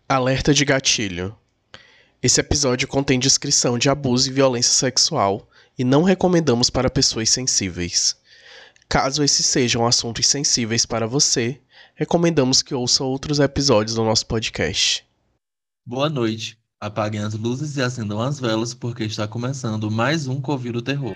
Alerta de gatilho. Esse episódio contém descrição de abuso e violência sexual e não recomendamos para pessoas sensíveis. Caso esses sejam assuntos sensíveis para você, recomendamos que ouça outros episódios do nosso podcast. Boa noite. Apaguem as luzes e acendam as velas porque está começando mais um Covil do Terror.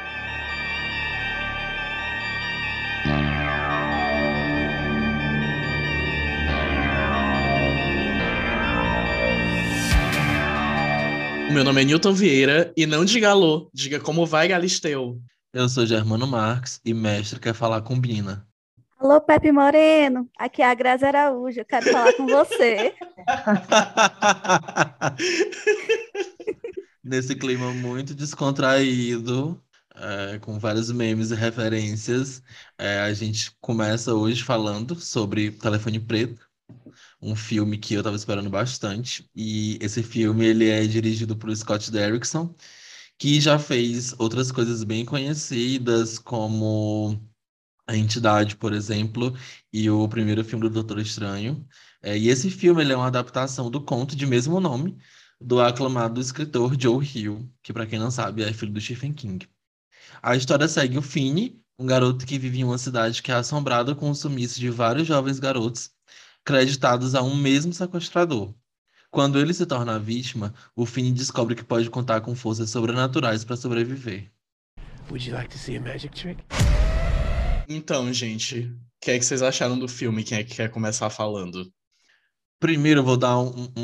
O meu nome é Newton Vieira e não diga alô, diga como vai, Galisteu. Eu sou Germano Marques e mestre quer falar com Bina. Alô, Pepe Moreno, aqui é a Grazi Araújo, eu quero falar com você. Nesse clima muito descontraído, com vários memes e referências, a gente começa hoje falando sobre Telefone Preto, um filme que eu estava esperando bastante. E esse filme ele é dirigido por Scott Derrickson, que já fez outras coisas bem conhecidas, como A Entidade, por exemplo, e o primeiro filme do Doutor Estranho. E esse filme ele é uma adaptação do conto de mesmo nome, do aclamado escritor Joe Hill, que, para quem não sabe, é filho do Stephen King. A história segue o Finney, um garoto que vive em uma cidade que é assombrada com o sumiço de vários jovens garotos, creditados a um mesmo sequestrador. Quando ele se torna a vítima, o Finney descobre que pode contar com forças sobrenaturais para sobreviver. Would you like to see a magic trick? Então, gente, o que é que vocês acharam do filme? Quem é que quer começar falando? Primeiro, eu vou dar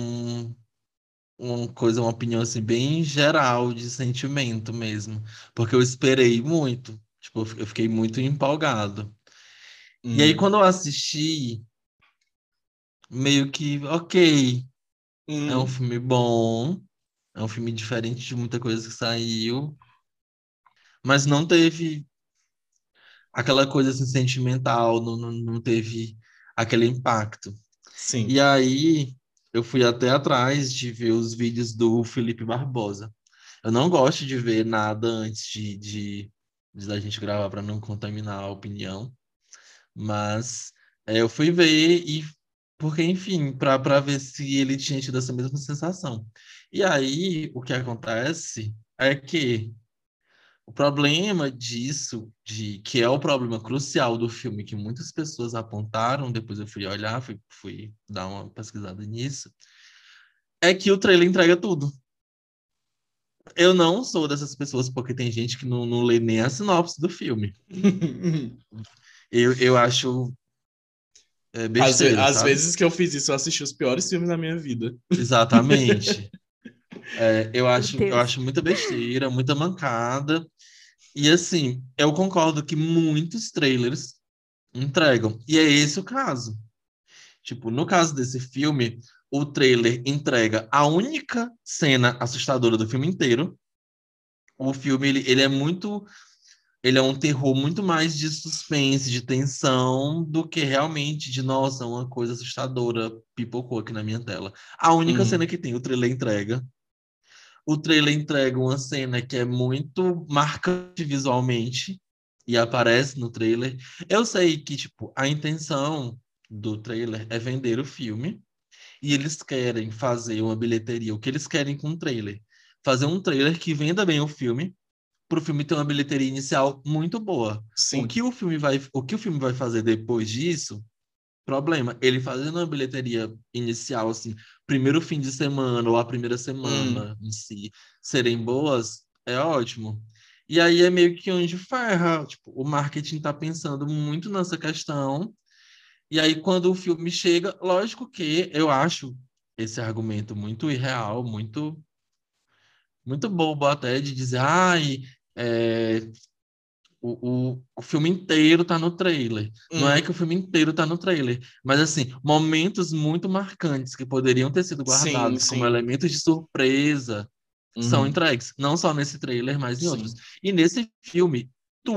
uma opinião assim, bem geral de sentimento mesmo. Porque eu esperei muito. Tipo, eu fiquei muito empolgado. E aí, quando eu assisti, meio que, ok, é um filme bom, é um filme diferente de muita coisa que saiu, mas não teve aquela coisa assim, sentimental, não teve aquele impacto. Sim. E aí, eu fui até atrás de ver os vídeos do Felipe Barbosa. Eu não gosto de ver nada antes de da gente gravar para não contaminar a opinião, mas eu fui ver e porque, enfim, para ver se ele tinha tido essa mesma sensação. E aí, o que acontece é que o problema disso, que é o problema crucial do filme, que muitas pessoas apontaram, depois eu fui olhar, fui dar uma pesquisada nisso, é que o trailer entrega tudo. Eu não sou dessas pessoas, porque tem gente que não lê nem a sinopse do filme. Eu acho besteira, Às sabe? vezes que eu fiz isso, eu assisti os piores filmes da minha vida. Exatamente. Eu Meu eu Deus. acho muita besteira, muita mancada. E assim, eu concordo que muitos trailers entregam. E é esse o caso. Tipo, no caso desse filme, o trailer entrega a única cena assustadora do filme inteiro. O filme, ele é muito... Ele é um terror muito mais de suspense, de tensão, do que realmente de, nossa, uma coisa assustadora pipocou aqui na minha tela. A única cena que tem, o trailer entrega. O trailer entrega uma cena que é muito marcante visualmente e aparece no trailer. Eu sei que, tipo, a intenção do trailer é vender o filme e eles querem fazer uma bilheteria. O que eles querem com o trailer? Fazer um trailer que venda bem o filme, para o filme ter uma bilheteria inicial muito boa. Sim. O que o filme vai fazer depois disso? Problema. Ele fazendo uma bilheteria inicial, assim, primeiro fim de semana ou a primeira semana em si, serem boas, é ótimo. E aí é meio que onde ferra. Tipo, o marketing tá pensando muito nessa questão. E aí, quando o filme chega, lógico que eu acho esse argumento muito irreal, muito bobo até, de dizer, ai, é, o filme inteiro tá no trailer. Não é que o filme inteiro tá no trailer, mas assim, momentos muito marcantes que poderiam ter sido Sim, guardados como sim. elementos de surpresa são entregues, não só nesse trailer, mas em outros. Sim. E nesse filme,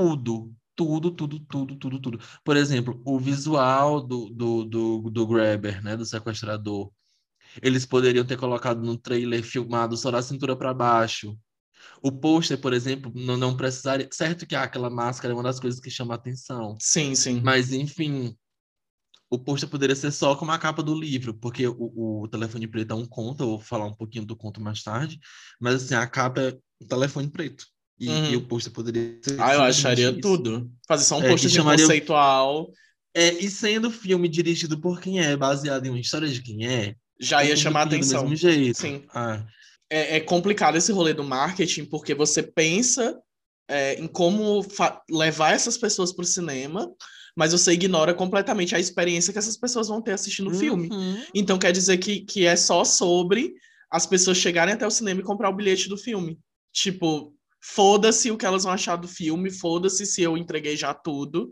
tudo. Por exemplo, o visual do Grabber, né, do sequestrador. Eles poderiam ter colocado no trailer filmado só da cintura para baixo. O pôster, por exemplo, não precisaria. Certo que aquela máscara é uma das coisas que chama a atenção. Sim, sim. Mas, enfim, o pôster poderia ser só como a capa do livro, porque o Telefone Preto é um conto, eu vou falar um pouquinho do conto mais tarde, mas assim, a capa é um telefone preto. E o Uhum. pôster poderia ser Ah, eu simplesmente acharia isso. tudo. Fazer só um E posterzinho chamaria. conceitual. E sendo o filme dirigido por quem é, baseado em uma história de quem é, Já o ia chamar público ia do mesmo atenção. jeito. Sim. Ah, É complicado esse rolê do marketing, porque você pensa em como levar essas pessoas para o cinema, mas você ignora completamente a experiência que essas pessoas vão ter assistindo o filme. uhum. Então quer dizer que é só sobre as pessoas chegarem até o cinema e comprar o bilhete do filme. Tipo, foda-se o que elas vão achar do filme, foda-se se eu entreguei já tudo.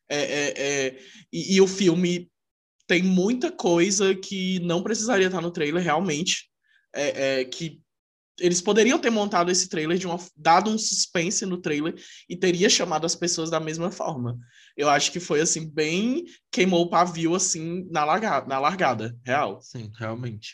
E o filme tem muita coisa que não precisaria estar no trailer, realmente. Que eles poderiam ter montado esse trailer dado um suspense no trailer e teria chamado as pessoas da mesma forma. Eu acho que foi assim bem queimou o pavio assim na largada, real. Sim, realmente.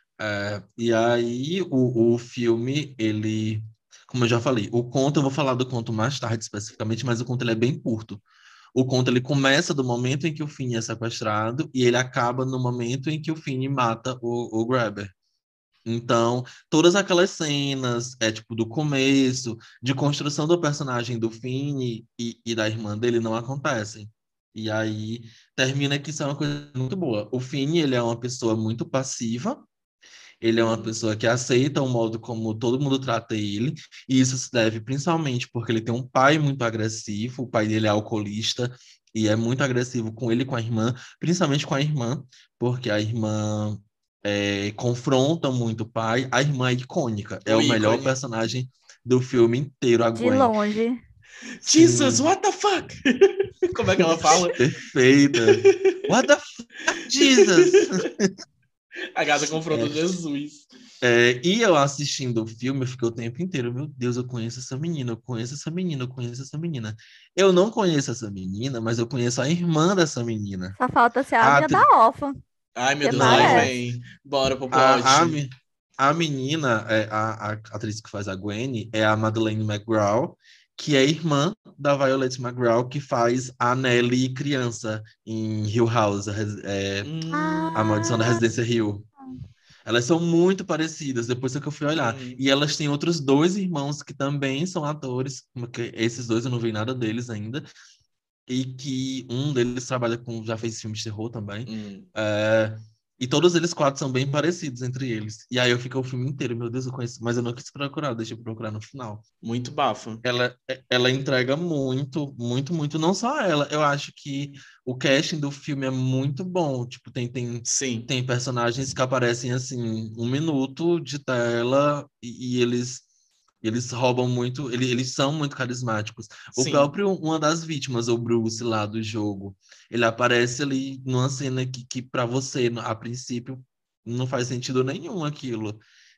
E aí, o filme, ele, como eu já falei, o conto, eu vou falar do conto mais tarde especificamente, mas o conto ele é bem curto. O conto ele começa do momento em que o Finney é sequestrado e ele acaba no momento em que o Finney mata o Grabber. Então, todas aquelas cenas, tipo, do começo, de construção do personagem do Finney e da irmã dele não acontecem. E aí, termina que isso é uma coisa muito boa. O Finney, ele é uma pessoa muito passiva, ele é uma pessoa que aceita o modo como todo mundo trata ele, e isso se deve principalmente porque ele tem um pai muito agressivo, o pai dele é alcoolista, e é muito agressivo com ele e com a irmã, principalmente com a irmã, porque a irmã confronta muito o pai. A irmã é icônica, é O o melhor ícone. personagem do filme inteiro, a De Gwen. longe. Jesus, Sim, what the fuck? Como é que ela fala? perfeita. What the fuck, Jesus? A gata confronta É, Jesus. e eu assistindo o filme, eu fiquei o tempo inteiro, meu Deus, eu conheço essa menina, eu conheço essa menina, eu conheço essa menina. Eu não conheço essa menina, mas eu conheço a irmã dessa menina. Só falta ser a A, amiga da atri- órfã, Ai, meu porque Deus, lá não, parece. vem. Bora pro a, a, plot. me- a menina, a atriz que faz a Gwen, é a Madeleine McGraw, que é irmã da Violet McGraw, que faz a Nellie criança em Hill House, a Maldição da Ah, Hum, Residência Hill. Elas são muito parecidas, depois é que eu fui olhar. hum, E elas têm outros dois irmãos que também são atores, porque esses dois eu não vi nada deles ainda, e que um deles trabalha com, já fez filmes de terror também. hum. É, e todos eles quatro são bem parecidos entre eles. E aí eu fico o filme inteiro, meu Deus, eu conheço, mas eu não quis procurar, deixa eu procurar no final. Muito bafo. Ela entrega muito, muito, muito. Não só ela, eu acho que o casting do filme é muito bom. Tipo, Sim, tem personagens que aparecem assim, um minuto de tela e eles roubam muito, eles são muito carismáticos. O sim. próprio, uma das vítimas, o Bruce lá do jogo, ele aparece ali numa cena que para você, a princípio, não faz sentido nenhum aquilo.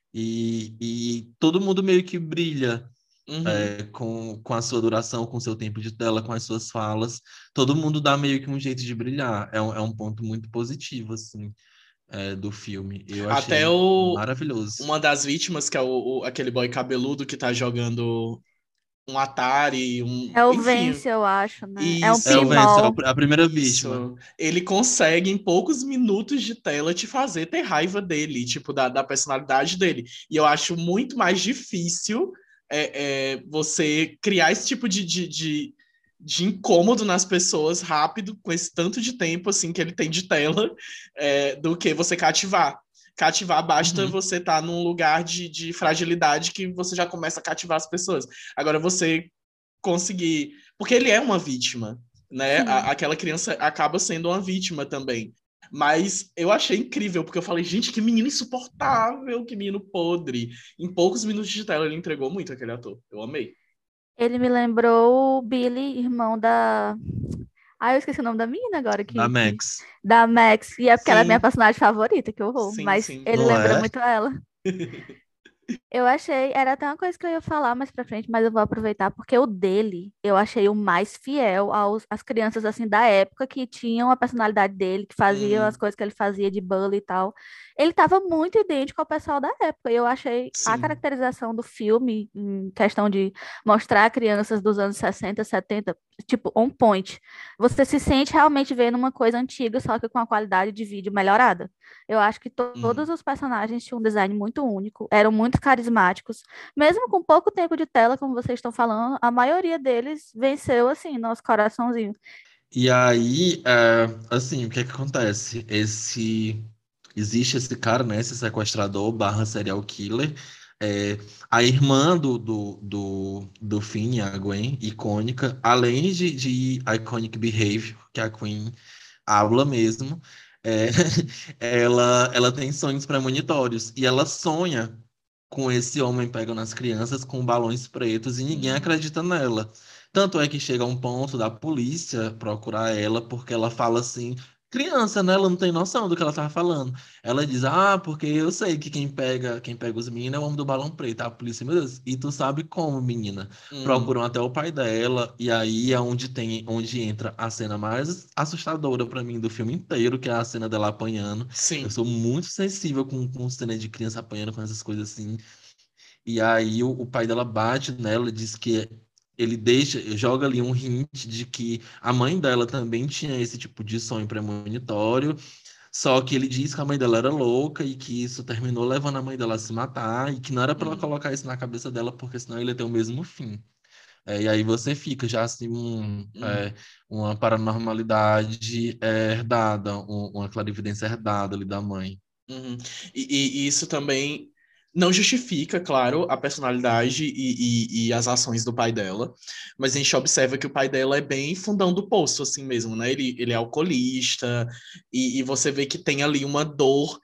E todo mundo meio que brilha Uhum. com a sua duração, com o seu tempo de tela, com as suas falas. Todo mundo dá meio que um jeito de brilhar. É um ponto muito positivo, assim, do filme. Eu Até achei maravilhoso. uma das vítimas, que é aquele boy cabeludo que tá jogando um Atari, é o enfim, Vence, eu acho, né? É um É o isso, Vance, pinball. a primeira vítima. isso. Ele consegue, em poucos minutos de tela, te fazer ter raiva dele, tipo, da personalidade dele. E eu acho muito mais difícil você criar esse tipo de incômodo nas pessoas rápido, com esse tanto de tempo, assim, que ele tem de tela, do que você cativar. Cativar basta Uhum, você estar num lugar de fragilidade que você já começa a cativar as pessoas. Agora, você conseguir. Porque ele é uma vítima, né? Sim. Aquela criança acaba sendo uma vítima também. Mas eu achei incrível, porque eu falei, gente, que menino insuportável, que menino podre. Em poucos minutos de tela ele entregou muito aquele ator. Eu amei. Ele me lembrou o Billy, irmão da. Ah, eu esqueci o nome da menina agora, da Max. da Max. E é porque ela é minha Sim, personagem favorita, que horror. sim, Mas sim. ele Não lembra é? muito ela. Eu achei, era até uma coisa que eu ia falar mais pra frente, mas eu vou aproveitar porque o dele eu achei o mais fiel às crianças assim da época que tinham a personalidade dele, que faziam as Hum, coisas que ele fazia de bully e tal. Ele tava muito idêntico ao pessoal da época. E eu achei a sim. caracterização do filme, em questão de mostrar crianças dos anos 60, 70, tipo, on point. Você se sente realmente vendo uma coisa antiga, só que com a qualidade de vídeo melhorada. Eu acho que todos Uhum. os personagens tinham um design muito único, eram muito carismáticos. Mesmo com pouco tempo de tela, como vocês estão falando, a maioria deles venceu, assim, nosso coraçãozinho. E aí, assim, o que é que acontece? Existe esse cara, né, esse sequestrador barra serial killer, é, a irmã do Finn, a Gwen, icônica, além de Iconic Behavior, que a Queen habla mesmo, é, ela tem sonhos premonitórios, e ela sonha com esse homem pegando as crianças com balões pretos e ninguém Hum. acredita nela. Tanto é que chega um ponto da polícia procurar ela porque ela fala assim, criança, né? Ela não tem noção do que ela tava falando. Ela diz, porque eu sei que quem pega os meninos é o homem do balão preto. A polícia, meu Deus, e tu sabe como, menina? Uhum. Procuram até o pai dela e aí é onde entra a cena mais assustadora pra mim do filme inteiro, que é a cena dela apanhando. Eu Sim. sou muito sensível com cena de criança apanhando, com essas coisas assim. E aí o pai dela bate nela, diz que ele joga ali um hint de que a mãe dela também tinha esse tipo de sonho premonitório, só que ele diz que a mãe dela era louca e que isso terminou levando a mãe dela a se matar e que não era para ela Uhum. colocar isso na cabeça dela, porque senão ele ia ter o mesmo fim. E aí você fica já assim, Uhum. uma paranormalidade herdada, uma clarividência herdada ali da mãe. Uhum. E isso também não justifica, claro, a personalidade e as ações do pai dela, mas a gente observa que o pai dela é bem fundão do poço, assim mesmo, né? Ele é alcoolista, e você vê que tem ali uma dor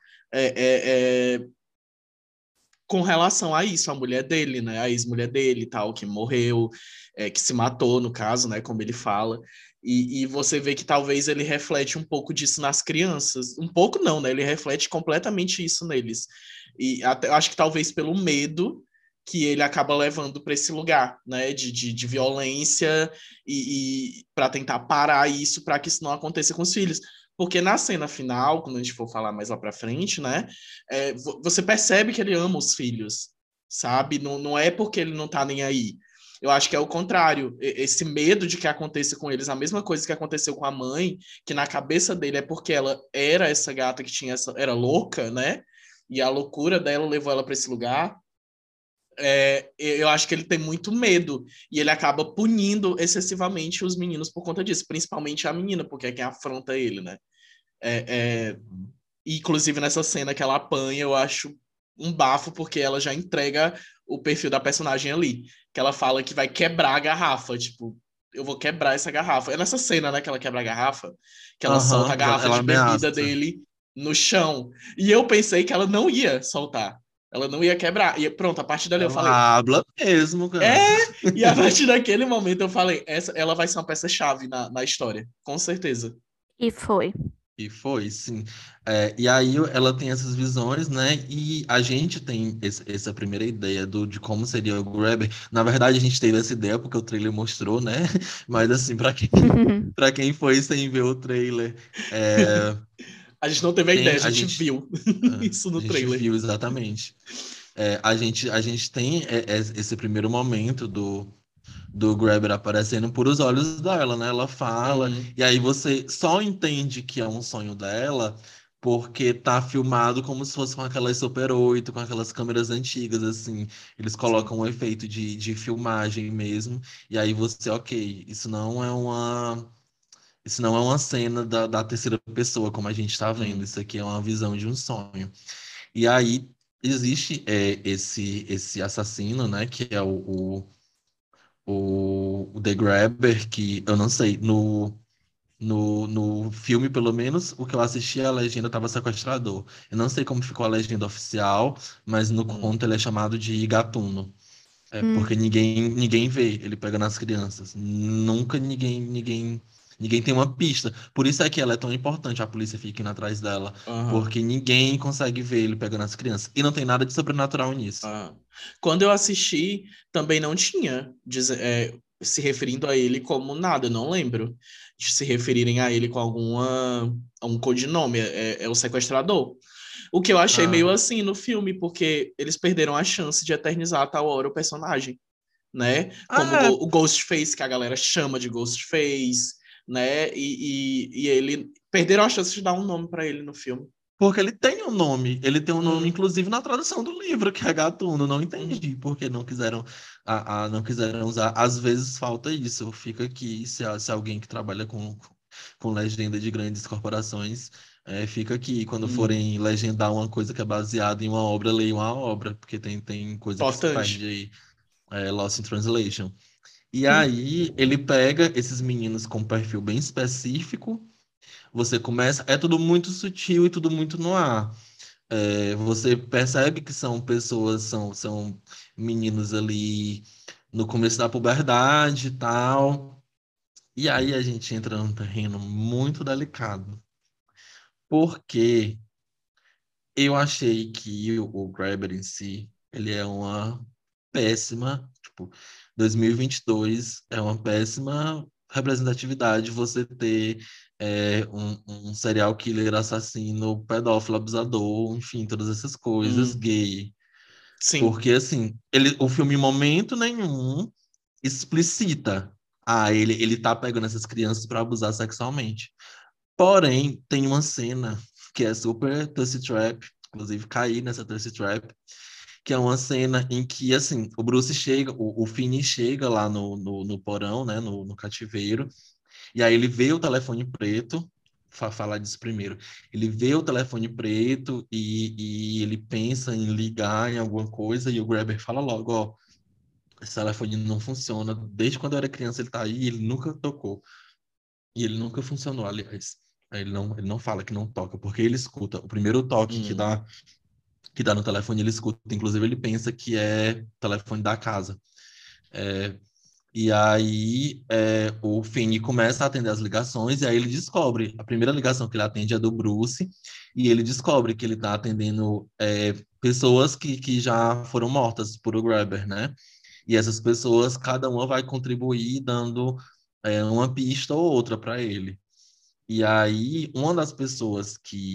com relação a isso, a mulher dele, né? A ex-mulher dele e tal, que morreu, que se matou, no caso, né? Como ele fala. E você vê que talvez ele reflete um pouco disso nas crianças. Um pouco não, né? Ele reflete completamente isso neles. E até, eu acho que talvez pelo medo que ele acaba levando para esse lugar, né? De violência e para tentar parar isso, para que isso não aconteça com os filhos. Porque na cena final, quando a gente for falar mais lá para frente, né? Você percebe que ele ama os filhos, sabe? Não, não é porque ele não tá nem aí. Eu acho que é o contrário. Esse medo de que aconteça com eles a mesma coisa que aconteceu com a mãe, que na cabeça dele é porque ela era essa gata que tinha era louca, né? E a loucura dela levou ela para esse lugar. Eu acho que ele tem muito medo e ele acaba punindo excessivamente os meninos por conta disso, principalmente a menina, porque é quem afronta ele, né? É, é, Inclusive nessa cena que ela apanha, eu acho um bafo, porque ela já entrega o perfil da personagem ali. Que ela fala que vai quebrar a garrafa. Tipo, eu vou quebrar essa garrafa. É nessa cena, né, que ela quebra a garrafa, que ela solta a Aham, garrafa ela de bebida ameaça. dele no chão. E eu pensei que ela não ia soltar. Ela não ia quebrar. E pronto, a partir dali eu falei, Ela habla mesmo, é! cara. E a partir daquele momento eu falei, ela vai ser uma peça-chave na história, com certeza. E foi. E foi, sim. E aí ela tem essas visões, né? E a gente tem essa primeira ideia de como seria o Grabber. Na verdade, a gente teve essa ideia porque o trailer mostrou, né? Mas assim, para quem foi sem ver o trailer, é, A gente não teve a ideia, a a gente gente, viu isso a no gente trailer. viu exatamente. A gente tem esse primeiro momento do Grabber aparecendo por os olhos dela, né? Ela fala, Uhum. e aí você só entende que é um sonho dela porque tá filmado como se fosse com aquelas Super 8, com aquelas câmeras antigas, assim. Eles Sim. colocam um efeito de filmagem mesmo, e aí você, ok, isso não é uma cena da terceira pessoa, como a gente tá vendo. Uhum. Isso aqui é uma visão de um sonho. E aí existe esse assassino, né? Que é o The Grabber, que eu não sei, no filme, pelo menos, o que eu assisti, a legenda tava sequestrador. Eu não sei como ficou a legenda oficial, mas no Uhum. conto ele é chamado de gatuno. Porque Hum. ninguém vê ele pegando as crianças. Nunca ninguém tem uma pista. Por isso é que ela é tão importante, a polícia fica indo atrás dela. Aham. Porque ninguém consegue ver ele pegando as crianças. E não tem nada de sobrenatural nisso. Aham. Quando eu assisti, também não tinha se referindo a ele como nada, eu não lembro de se referirem a ele com um codinome, é o sequestrador. O que eu achei meio Ah, assim no filme, porque eles perderam a chance de eternizar a tal hora o personagem. né? Como Ah, o Ghostface, que a galera chama de Ghostface, né? E ele perderam a chance de dar um nome pra ele no filme. porque ele tem um nome. Ele tem um nome, Uhum. inclusive, na tradução do livro, que é Gatuno. Não entendi porque não quiseram, não quiseram usar. Às vezes falta isso. Fica aqui, se alguém que trabalha com legenda de grandes corporações, fica aqui. Quando forem legendar uma coisa que é baseada em uma obra, leiam a obra, porque tem coisa que se Importante. perde aí. Lost in Translation. E aí, ele pega esses meninos com um perfil bem específico. Você começa. É tudo muito sutil e tudo muito no ar. Você percebe que são pessoas, são meninos ali no começo da puberdade e tal. E aí a gente entra num terreno muito delicado. Porque eu achei que o Grabber em si, ele é uma péssima, tipo, 2022 é uma péssima representatividade você ter um serial killer, assassino, pedófilo, abusador, enfim, todas essas coisas, gay. Sim. Porque, assim, o filme em momento nenhum explicita. Ele tá pegando essas crianças para abusar sexualmente. Porém, tem uma cena que é super Tussie Trap, inclusive caí nessa Tussie Trap, que é uma cena em que, assim, o Bruce chega, o Finney chega lá no porão, né, no cativeiro, e aí ele vê o telefone preto, falar disso primeiro, ele vê o telefone preto e ele pensa em ligar em alguma coisa, e o Grabber fala logo, ó, esse telefone não funciona, desde quando eu era criança ele tá aí, ele nunca tocou. E ele nunca funcionou, aliás. Ele não fala que não toca, porque ele escuta. O primeiro toque que dá no telefone, ele escuta. Inclusive, ele pensa que é o telefone da casa. É, e aí, o Finney começa a atender as ligações, e aí ele descobre. A primeira ligação que ele atende é do Bruce, e ele descobre que ele está atendendo pessoas que já foram mortas por o Grabber, né? E essas pessoas, cada uma vai contribuir dando uma pista ou outra para ele. E aí, uma das pessoas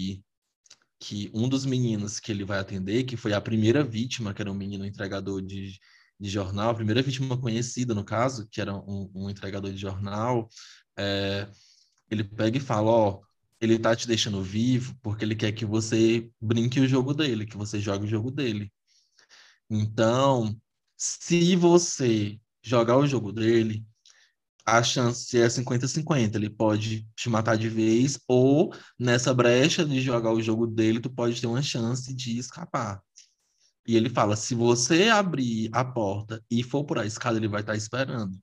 um dos meninos que ele vai atender, que foi a primeira vítima, que era um menino entregador de jornal, a primeira vítima conhecida, no caso, que era um entregador de jornal, ele pega e fala, ó, ele tá te deixando vivo porque ele quer que você brinque o jogo dele, que você jogue o jogo dele. Então, se você jogar o jogo dele, a chance é 50-50. Ele pode te matar de vez, ou nessa brecha de jogar o jogo dele, tu pode ter uma chance de escapar. E ele fala: se você abrir a porta e for por a escada, ele vai estar esperando.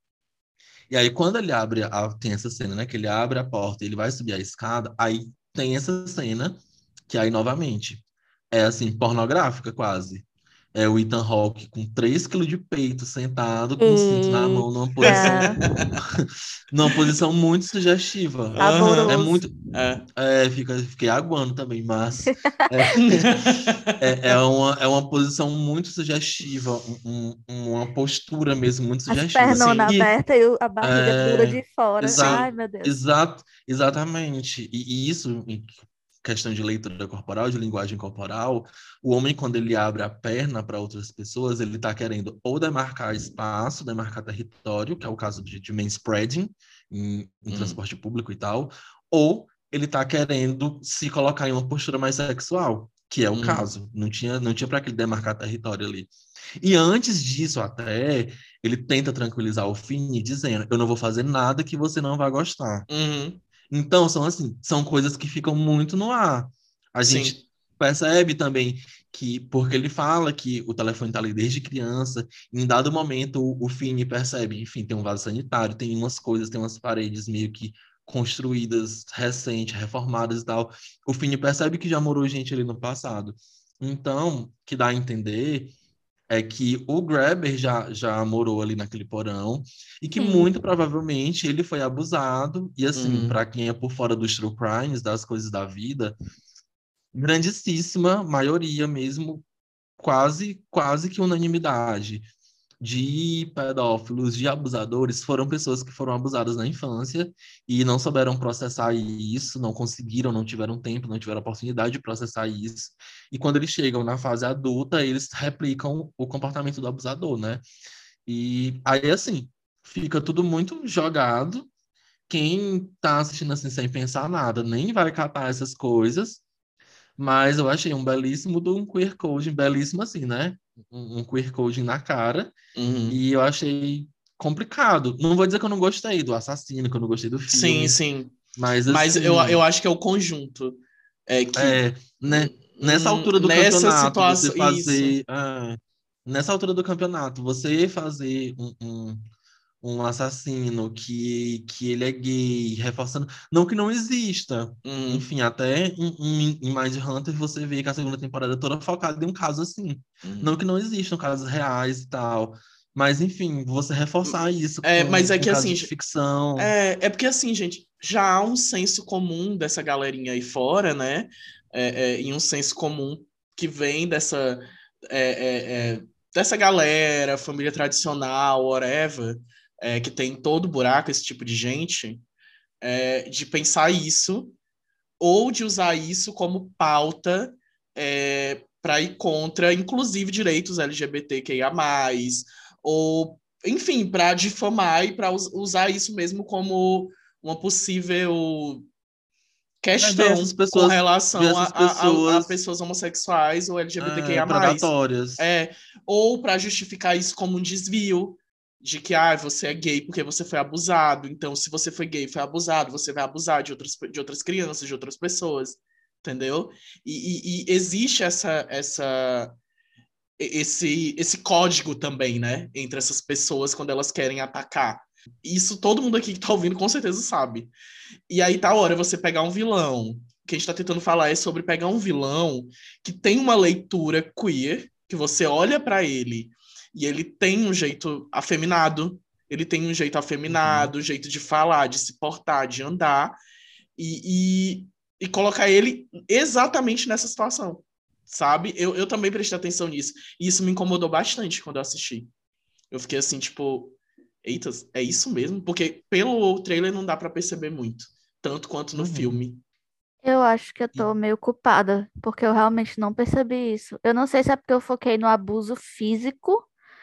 E aí, quando ele abre, tem essa cena, né? Que ele abre a porta e ele vai subir a escada, aí tem essa cena, que aí, novamente, é assim, pornográfica quase. É o Ethan Hawke com 3 quilos de peito, sentado com o cinto na mão, numa posição Eita, numa posição muito sugestiva. Aham. É saboroso. muito. É. Fiquei aguando também, mas é, é uma posição muito sugestiva, uma postura mesmo muito As sugestiva. pernas Sim. E abertas e a barriga dura é, de fora. Ai, Sim. meu Deus. exatamente. E isso, em questão de leitura corporal, de linguagem corporal, o homem, quando ele abre a perna para outras pessoas, ele está querendo ou demarcar espaço, demarcar território, que é o caso de manspreading em transporte público e tal, ou ele está querendo se colocar em uma postura mais sexual, que é o caso. Não tinha para que ele demarcar território ali. E antes disso, até, ele tenta tranquilizar o Finn, dizendo: eu não vou fazer nada que você não vai gostar. Uhum. Então, são coisas que ficam muito no ar. A Sim. gente percebe também que, porque ele fala que o telefone está ali desde criança, em dado momento o Finn percebe, enfim, tem um vaso sanitário, tem umas coisas, tem umas paredes meio que construídas, recentes, reformadas e tal. O Finn percebe que já morou gente ali no passado. Então, que dá a entender é que o Grabber já morou ali naquele porão e que Sim. muito provavelmente ele foi abusado. E assim, Uhum. para quem é por fora dos true crimes, das coisas da vida, grandíssima maioria mesmo, quase que unanimidade de pedófilos, de abusadores, foram pessoas que foram abusadas na infância e não souberam processar isso, não conseguiram, não tiveram tempo, não tiveram oportunidade de processar isso. E quando eles chegam na fase adulta, eles replicam o comportamento do abusador, né? E aí, assim, fica tudo muito jogado. Quem tá assistindo assim sem pensar nada, nem vai catar essas coisas. Mas eu achei um belíssimo de um queer coding, belíssimo assim, né? Um queer coding na cara. Uhum. E eu achei complicado. Não vou dizer que eu não gostei do assassino, que eu não gostei do Sim, filme, sim. mas Mas eu assim, acho que é o conjunto. É que é, né? Nessa altura do nessa campeonato, você situação. Isso. fazer. Nessa altura do campeonato, você fazer um assassino que ele é gay, reforçando. Não que não exista. Uhum, Enfim, até em Mindhunter você vê que a segunda temporada é toda focada em um caso assim. uhum. Não que não existam casos reais e tal. Mas, enfim, você reforçar isso Mas é com que casos assim, de ficção. é porque assim, gente, já há um senso comum dessa galerinha aí fora, né? E um senso comum que vem é, é, é, dessa galera, família tradicional, whatever, que tem em todo buraco esse tipo de gente, de pensar isso, ou de usar isso como pauta para ir contra, inclusive, direitos LGBTQIA+, ou, enfim, para difamar e para usar isso mesmo como uma possível Ver questão essas com pessoas, ver relação essas a pessoas pessoas homossexuais ou LGBTQIA+. predatórias. É, ou para justificar isso como um desvio de que você é gay porque você foi abusado. Então, se você foi gay e foi abusado, você vai abusar de outras crianças, de outras pessoas, entendeu? E existe esse código também, né, entre essas pessoas quando elas querem atacar. Isso todo mundo aqui que tá ouvindo com certeza sabe. E aí tá a hora você pegar um vilão. O que a gente tá tentando falar é sobre pegar um vilão que tem uma leitura queer, que você olha para ele e ele tem um jeito afeminado, ele tem um jeito Uhum. afeminado, um jeito de falar, de se portar, de andar, e, e colocar ele exatamente nessa situação, sabe? Eu também prestei atenção nisso. E isso me incomodou bastante quando eu assisti. Eu fiquei assim, tipo, eita, é isso mesmo? Porque pelo trailer não dá pra perceber muito, tanto quanto no Uhum. filme. Eu acho que eu E- tô meio culpada, porque eu realmente não percebi isso. Eu não sei se é porque eu foquei no abuso físico,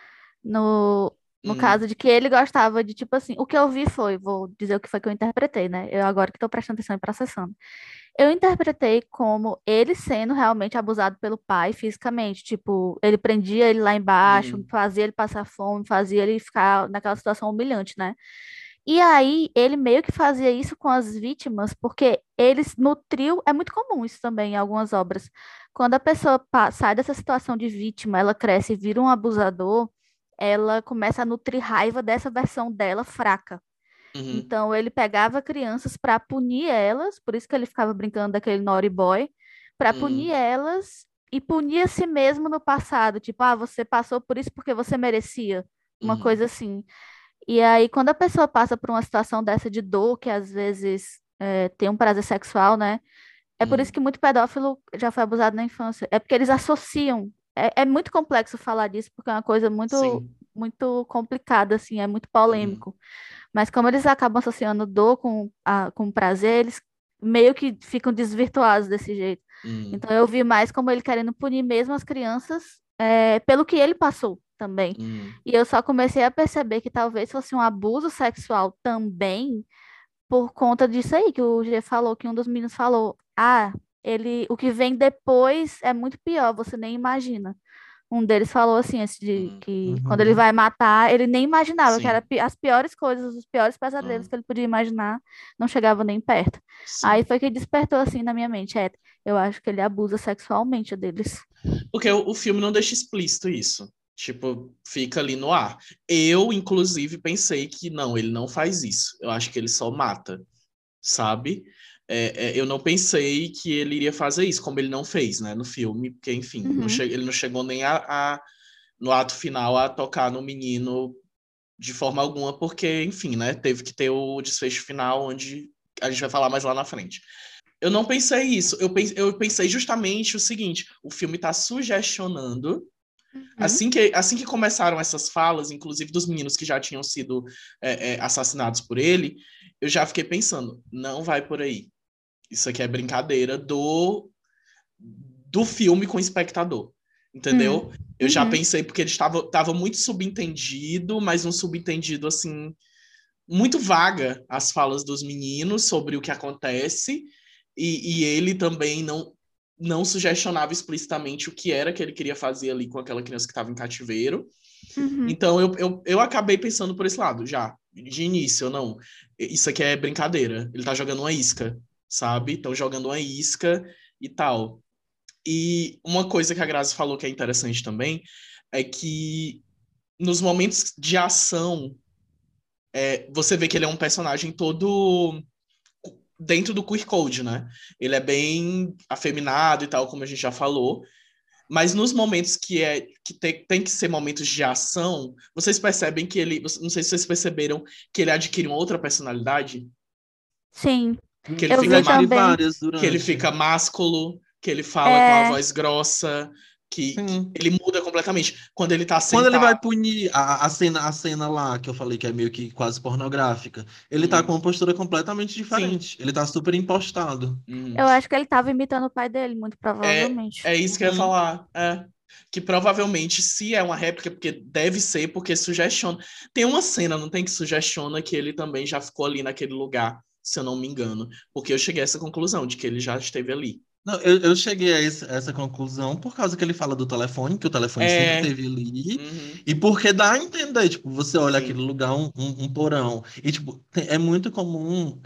no Hum, caso de que ele gostava de, tipo assim, o que eu vi foi, vou dizer o que foi que eu interpretei, né? Eu agora que tô prestando atenção e processando. Eu interpretei como ele sendo realmente abusado pelo pai fisicamente. Tipo, ele prendia ele lá embaixo, uhum, fazia ele passar fome, fazia ele ficar naquela situação humilhante, né? E aí, ele meio que fazia isso com as vítimas, porque eles nutriu, é muito comum isso também em algumas obras. Quando a pessoa sai dessa situação de vítima, ela cresce e vira um abusador, ela começa a nutrir raiva dessa versão dela fraca. uhum, Então, ele pegava crianças para punir elas, por isso que ele ficava brincando daquele naughty boy, para punir uhum, elas e punir a si mesmo no passado. Tipo, você passou por isso porque você merecia. Uma uhum, coisa assim. E aí, quando a pessoa passa por uma situação dessa de dor, que às vezes tem um prazer sexual, né? É por isso uhum. que muito pedófilo já foi abusado na infância. É porque eles associam. É muito complexo falar disso, porque é uma coisa muito, Sim. muito complicada, assim, é muito Uhum, polêmico. Mas como eles acabam associando dor com prazer, eles meio que ficam desvirtuados desse jeito. uhum, Então eu vi mais como ele querendo punir mesmo as crianças, pelo que ele passou também. uhum, E eu só comecei a perceber que talvez fosse um abuso sexual também por conta disso aí que o G falou, que um dos meninos falou. O que vem depois é muito pior, você nem imagina. Um deles falou assim, esse de uhum. que quando ele Uhum. vai matar, ele nem imaginava que era Sim. as piores coisas, os piores pesadelos Uhum, que ele podia imaginar, não chegava nem perto. Aí sim. foi que despertou assim na minha mente, eu acho que ele abusa sexualmente deles. Porque o filme não deixa explícito isso. Tipo, fica ali no ar. Eu, inclusive, pensei que não, ele não faz isso. Eu acho que ele só mata, sabe? Eu não pensei que ele iria fazer isso, como ele não fez, né, no filme, porque, enfim, Uhum. ele não chegou nem no ato final a tocar no menino de forma alguma, porque, enfim, né, teve que ter o desfecho final, onde a gente vai falar mais lá na frente. Eu não pensei isso, eu pensei justamente o seguinte: o filme está sugestionando. Uhum. Assim que começaram essas falas, inclusive dos meninos que já tinham sido assassinados por ele, eu já fiquei pensando, não vai por aí. Isso aqui é brincadeira do filme com o espectador, Hum. entendeu? Eu já Uhum. pensei, porque ele tava muito subentendido, mas um subentendido, assim, muito vaga as falas dos meninos sobre o que acontece, e ele também não sugestionava explicitamente o que era que ele queria fazer ali com aquela criança que estava em cativeiro. Uhum. Então eu acabei pensando por esse lado, já. De início, não. Isso aqui é brincadeira. Ele tá jogando uma isca, sabe? Estão jogando uma isca e tal. E uma coisa que a Grazi falou que é interessante também é que nos momentos de ação, você vê que ele é um personagem todo dentro do queer code, né? Ele é bem afeminado e tal, como a gente já falou. Mas nos momentos tem que ser momentos de ação, vocês percebem que ele. Não sei se vocês perceberam que ele adquire uma outra personalidade. Sim, Que ele eu Ele fica, vi adquire também. várias que ele durante. fica másculo, que ele fala com a É, voz grossa, que Sim. ele muda completamente. Quando ele tá Quando ele vai sentado. punir a cena lá, que eu falei que é meio que quase pornográfica, ele tá com Uhum. uma postura completamente Sim. diferente. Ele tá super impostado. Uhum. eu acho que ele tava imitando o pai dele, muito É, provavelmente. é isso que eu ia Uhum. falar. Que provavelmente, se é uma réplica, porque deve ser, porque sugestiona. Tem uma cena, não tem que sugestiona que ele também já ficou ali naquele lugar, se eu não me engano. Porque eu cheguei a essa conclusão de que ele já esteve ali. Não, eu cheguei a essa conclusão por causa que ele fala do telefone, que o telefone sempre É. teve ali, Uhum, e porque dá a entender, tipo, você olha aquele sim. lugar, um porão, e, tipo, é muito comum,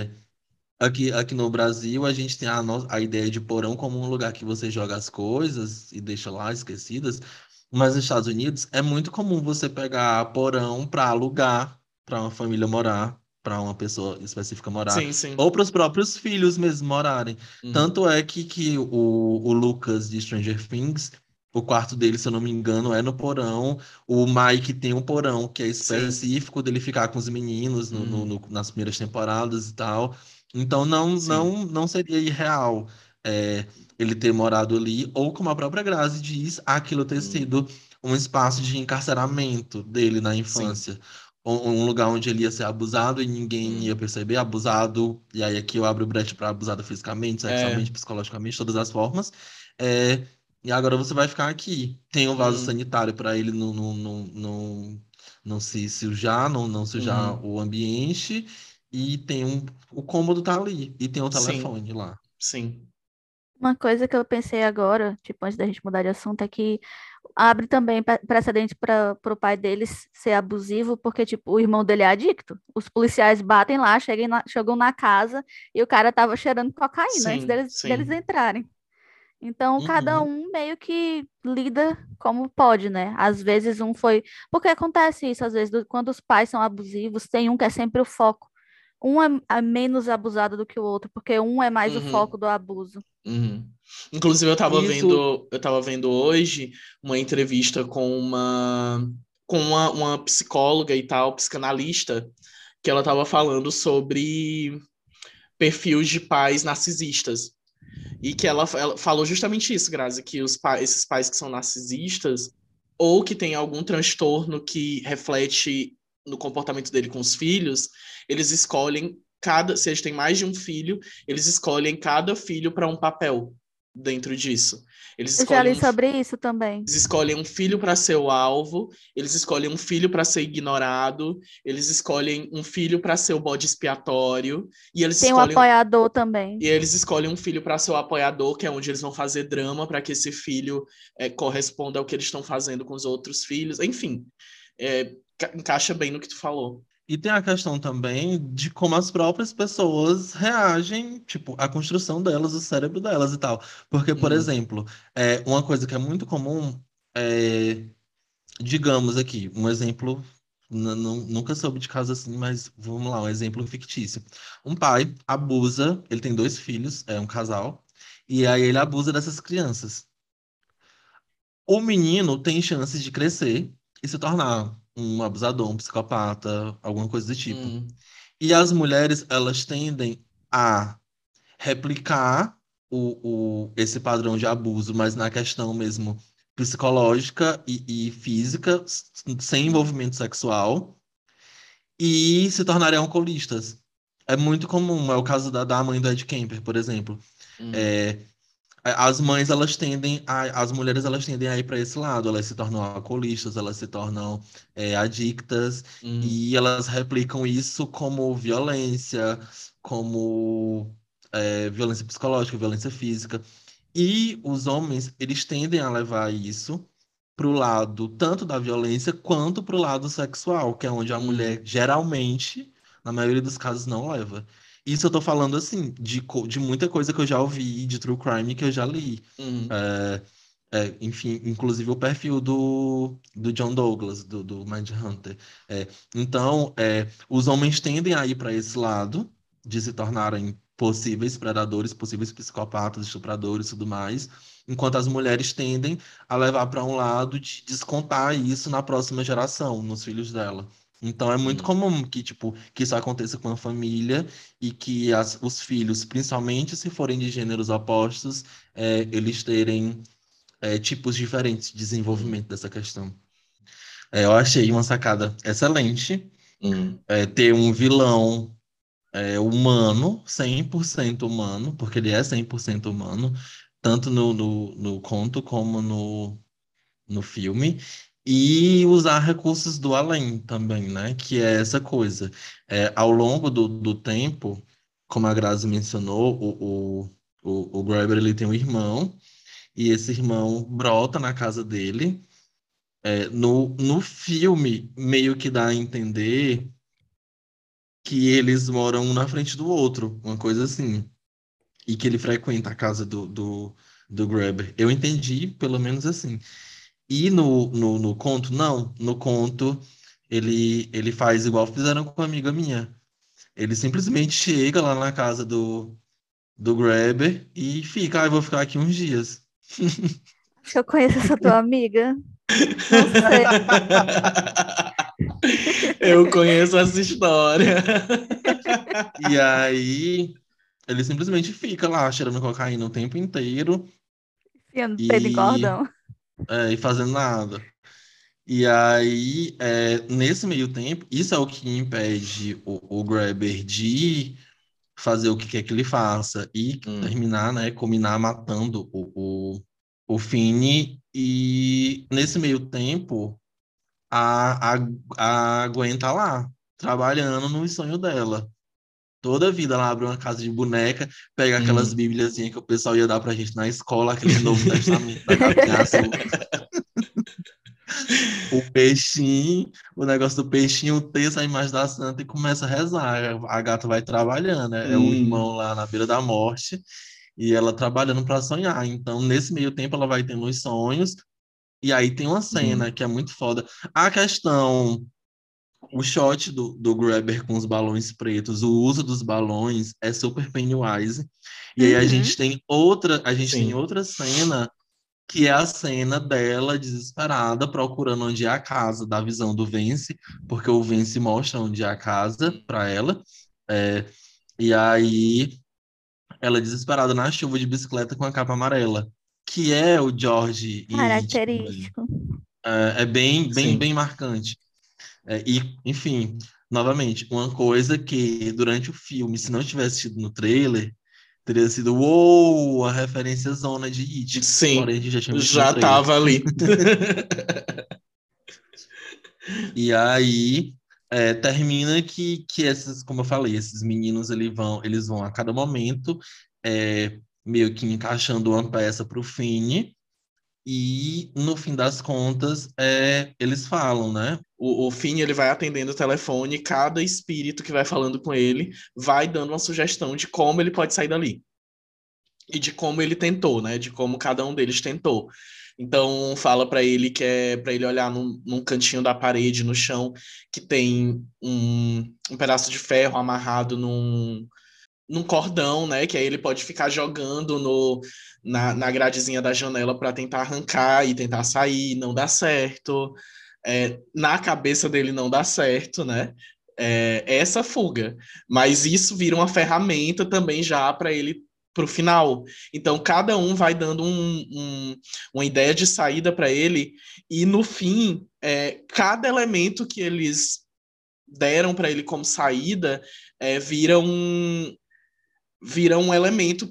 aqui no Brasil, a gente tem a ideia de porão como um lugar que você joga as coisas e deixa lá esquecidas, mas nos Estados Unidos é muito comum você pegar porão para alugar, para uma família morar, para uma pessoa específica morar, Sim, sim. ou para os próprios filhos mesmo morarem. Uhum, Tanto é que o Lucas de Stranger Things, o quarto dele, se eu não me engano, é no porão. O Mike tem um porão que é sim. específico dele ficar com os meninos Uhum, nas primeiras temporadas e tal. Então sim. não seria irreal ele ter morado ali, ou como a própria Grazi diz, aquilo ter Uhum, sido um espaço de encarceramento dele na sim. infância. Um lugar onde ele ia ser abusado e ninguém ia Uhum. perceber, abusado, e aí aqui eu abro brecha para abusado fisicamente, É. sexualmente, psicologicamente, todas as formas. É, e agora você vai ficar aqui. Tem um vaso Uhum, sanitário para ele não se sujar, não sujar uhum, o ambiente. E tem o cômodo tá ali. E tem o sim. telefone lá. Sim. Uma coisa que eu pensei agora, tipo, antes da gente mudar de assunto, é que abre também precedente para o pai deles ser abusivo, porque, tipo, o irmão dele é adicto. Os policiais batem lá, chegam na casa e o cara tava cheirando cocaína antes Sim. deles Sim. entrarem. Então, cada Uhum. um meio que lida como pode, né? Às vezes um foi. Porque acontece isso, às vezes, quando os pais são abusivos, tem um que é sempre o foco. Um é menos abusado do que o outro, porque um é mais o Uhum, foco do abuso. uhum. Inclusive, Isso. eu tava vendo hoje uma entrevista com uma psicóloga e tal, psicanalista, que ela tava falando sobre perfis de pais narcisistas. E que ela falou justamente isso, Grazi, que esses pais que são narcisistas ou que têm algum transtorno que reflete no comportamento dele com os filhos, eles escolhem se eles têm mais de um filho, eles escolhem cada filho para um papel dentro disso. Eles Eu já escolhem li um, sobre isso também. eles escolhem um filho para ser o alvo, eles escolhem um filho para ser ignorado, eles escolhem um filho para ser o bode expiatório, e eles Tem um escolhem apoiador também. e eles escolhem um filho para ser o apoiador, que é onde eles vão fazer drama para que esse filho corresponda ao que eles estão fazendo com os outros filhos. Enfim, encaixa bem no que tu falou. E tem a questão também de como as próprias pessoas reagem, tipo, à construção delas, o cérebro delas e tal. Porque, por Uhum, exemplo, uma coisa que é muito comum é, digamos aqui, um exemplo, nunca soube de caso assim, mas vamos lá, um exemplo fictício. Um pai abusa, ele tem dois filhos, é um casal, e aí ele abusa dessas crianças. O menino tem chances de crescer e se tornar um abusador, um psicopata, alguma coisa do tipo. uhum, E as mulheres, elas tendem a replicar esse padrão de abuso, mas na questão mesmo psicológica e física, sem uhum, envolvimento sexual, e se tornarem alcoolistas. É muito comum, é o caso da mãe do Ed Kemper, por exemplo. uhum, É, As mães, as mulheres, elas tendem a ir para esse lado, elas se tornam alcoolistas, elas se tornam adictas, Hum, e elas replicam isso como violência, como violência psicológica, violência física. E os homens, eles tendem a levar isso pro lado tanto da violência quanto pro lado sexual, que é onde a mulher hum, geralmente, na maioria dos casos, não leva. Isso eu tô falando assim, de muita coisa que eu já ouvi, de true crime que eu já li. hum, É, enfim, inclusive o perfil do John Douglas, do Mindhunter. Então, os homens tendem a ir para esse lado, de se tornarem possíveis predadores, possíveis psicopatas, estupradores e tudo mais, enquanto as mulheres tendem a levar para um lado de descontar isso na próxima geração, nos filhos dela. Então é muito hum, comum que, tipo, que isso aconteça com a família e que os filhos, principalmente se forem de gêneros opostos, eles terem tipos diferentes de hum, desenvolvimento dessa questão. Eu achei uma sacada excelente, hum, ter um vilão humano, 100% humano, porque ele é 100% humano, tanto no conto como no filme, e usar recursos do além também, né? Que é essa coisa. Ao longo do tempo, como a Grazi mencionou, o Graeber ele tem um irmão, e esse irmão brota na casa dele. No filme, meio que dá a entender que eles moram um na frente do outro, uma coisa assim. E que ele frequenta a casa do Grabber. Eu entendi, pelo menos assim. E no conto, não. No conto, ele faz igual fizeram com uma amiga minha. Ele simplesmente chega lá na casa do Grabber e fica, eu vou ficar aqui uns dias. Acho que eu conheço essa tua amiga. Não sei. Eu conheço essa história. E aí, ele simplesmente fica lá, cheirando cocaína o tempo inteiro Enfiando dedo em e, cordão. e fazendo nada. E aí, nesse meio tempo, isso é o que impede o Grabber de fazer o que quer que ele faça e Hum, terminar, né, culminar matando o Finney. E nesse meio tempo, a Gwen tá lá, trabalhando no sonho dela. Toda vida ela abre uma casa de boneca, pega aquelas hum. bíbliazinhas que o pessoal ia dar pra gente na escola, aqueles Novo Testamento da capinha azul, o peixinho, o negócio do peixinho, o texto, a imagem da santa e começa a rezar. A gata vai trabalhando, é o Hum, irmão lá na beira da morte e ela trabalhando para sonhar. Então, nesse meio tempo, ela vai tendo os sonhos e aí tem uma cena hum, que é muito foda. A questão, o shot do Grabber com os balões pretos, o uso dos balões é super Pennywise. E aí Uhum. a gente tem sim. outra cena que é a cena dela desesperada procurando onde é a casa, da visão do Vance, porque o Vance mostra onde é a casa para ela. É, e aí ela desesperada na chuva de bicicleta com a capa amarela, que é o George em It também. Característico. É bem, bem, Sim. bem marcante. Enfim, novamente, uma coisa que durante o filme, se não tivesse tido no trailer, teria sido uou, a referência zona de It. Sim. Porém, a gente já tinha visto no Já trailer. tava ali. E aí termina que esses, como eu falei, esses meninos eles vão a cada momento meio que encaixando uma peça para o Fini, e no fim das contas eles falam, né? O Finn, ele vai atendendo o telefone, e cada espírito que vai falando com ele vai dando uma sugestão de como ele pode sair dali. E de como ele tentou, né? De como cada um deles tentou. Então fala pra ele que é para ele olhar num cantinho da parede, no chão, que tem um pedaço de ferro amarrado num cordão, né? Que aí ele pode ficar jogando na gradezinha da janela para tentar arrancar e tentar sair, não dá certo. Na cabeça dele não dá certo, né? Essa fuga. Mas isso vira uma ferramenta também já para ele pro final. Então cada um vai dando uma ideia de saída para ele e no fim cada elemento que eles deram para ele como saída vira um elemento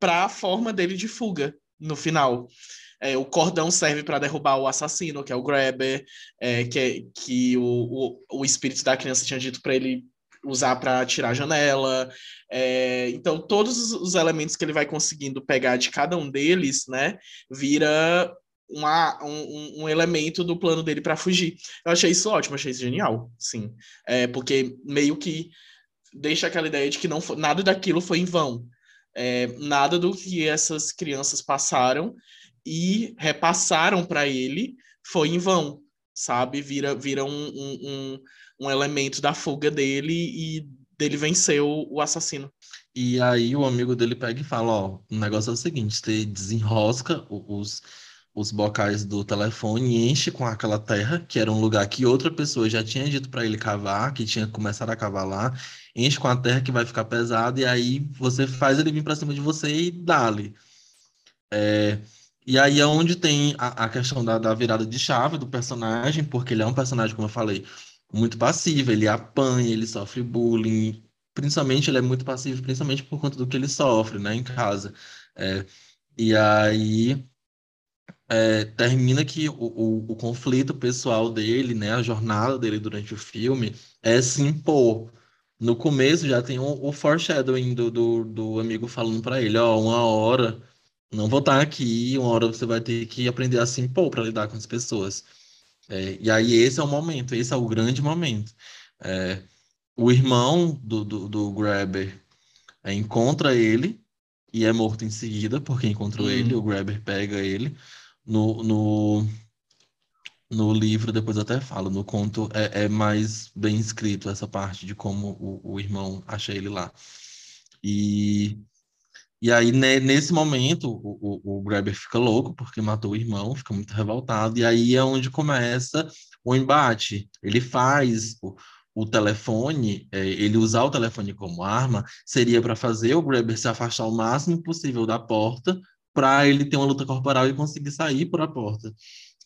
para a forma dele de fuga no final. O cordão serve para derrubar o assassino, que é o Grabber, que o espírito da criança tinha dito para ele usar para tirar a janela. Então, todos os elementos que ele vai conseguindo pegar de cada um deles, né, vira um elemento do plano dele para fugir. Eu achei isso ótimo, achei isso genial, sim. Porque meio que deixa aquela ideia de que nada daquilo foi em vão. Nada do que essas crianças passaram e repassaram para ele foi em vão, sabe? Vira um elemento da fuga dele e dele vencer o assassino. E aí o amigo dele pega e fala, ó, o negócio é o seguinte, você desenrosca os bocais do telefone e enche com aquela terra, que era um lugar que outra pessoa já tinha dito para ele cavar, que tinha começado a cavar lá, enche com a terra que vai ficar pesado, e aí você faz ele vir para cima de você e dá-lhe. E aí é onde tem a questão da virada de chave do personagem, porque ele é um personagem, como eu falei, muito passivo, ele apanha, ele sofre bullying, principalmente ele é muito passivo, principalmente por conta do que ele sofre, né, em casa. E aí termina que o conflito pessoal dele, né, a jornada dele durante o filme é se impor. No começo já tem o foreshadowing do amigo falando para ele, ó, uma hora não vou estar aqui, uma hora você vai ter que aprender a se impor para lidar com as pessoas. E aí esse é o momento, esse é o grande momento. O irmão do Grabber encontra ele e é morto em seguida, porque encontrou ele, o Grabber pega ele. No, no, no livro, depois eu até falo, no conto é mais bem escrito essa parte de como o irmão acha ele lá. E aí, né, nesse momento, o Grabber fica louco porque matou o irmão, fica muito revoltado, e aí é onde começa o embate. Ele faz o telefone, ele usar o telefone como arma, seria para fazer o Grabber se afastar o máximo possível da porta, para ele ter uma luta corporal e conseguir sair por a porta.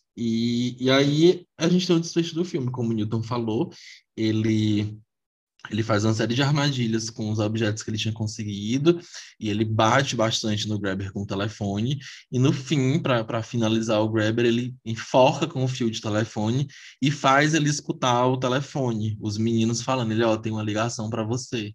E aí a gente tem o desfecho do filme, como o Newton falou, ele ele faz uma série de armadilhas com os objetos que ele tinha conseguido e ele bate bastante no Grabber com o telefone. E no fim, para finalizar o Grabber, ele enforca com o fio de telefone e faz ele escutar o telefone. Os meninos falando, ele, ó, tem uma ligação para você.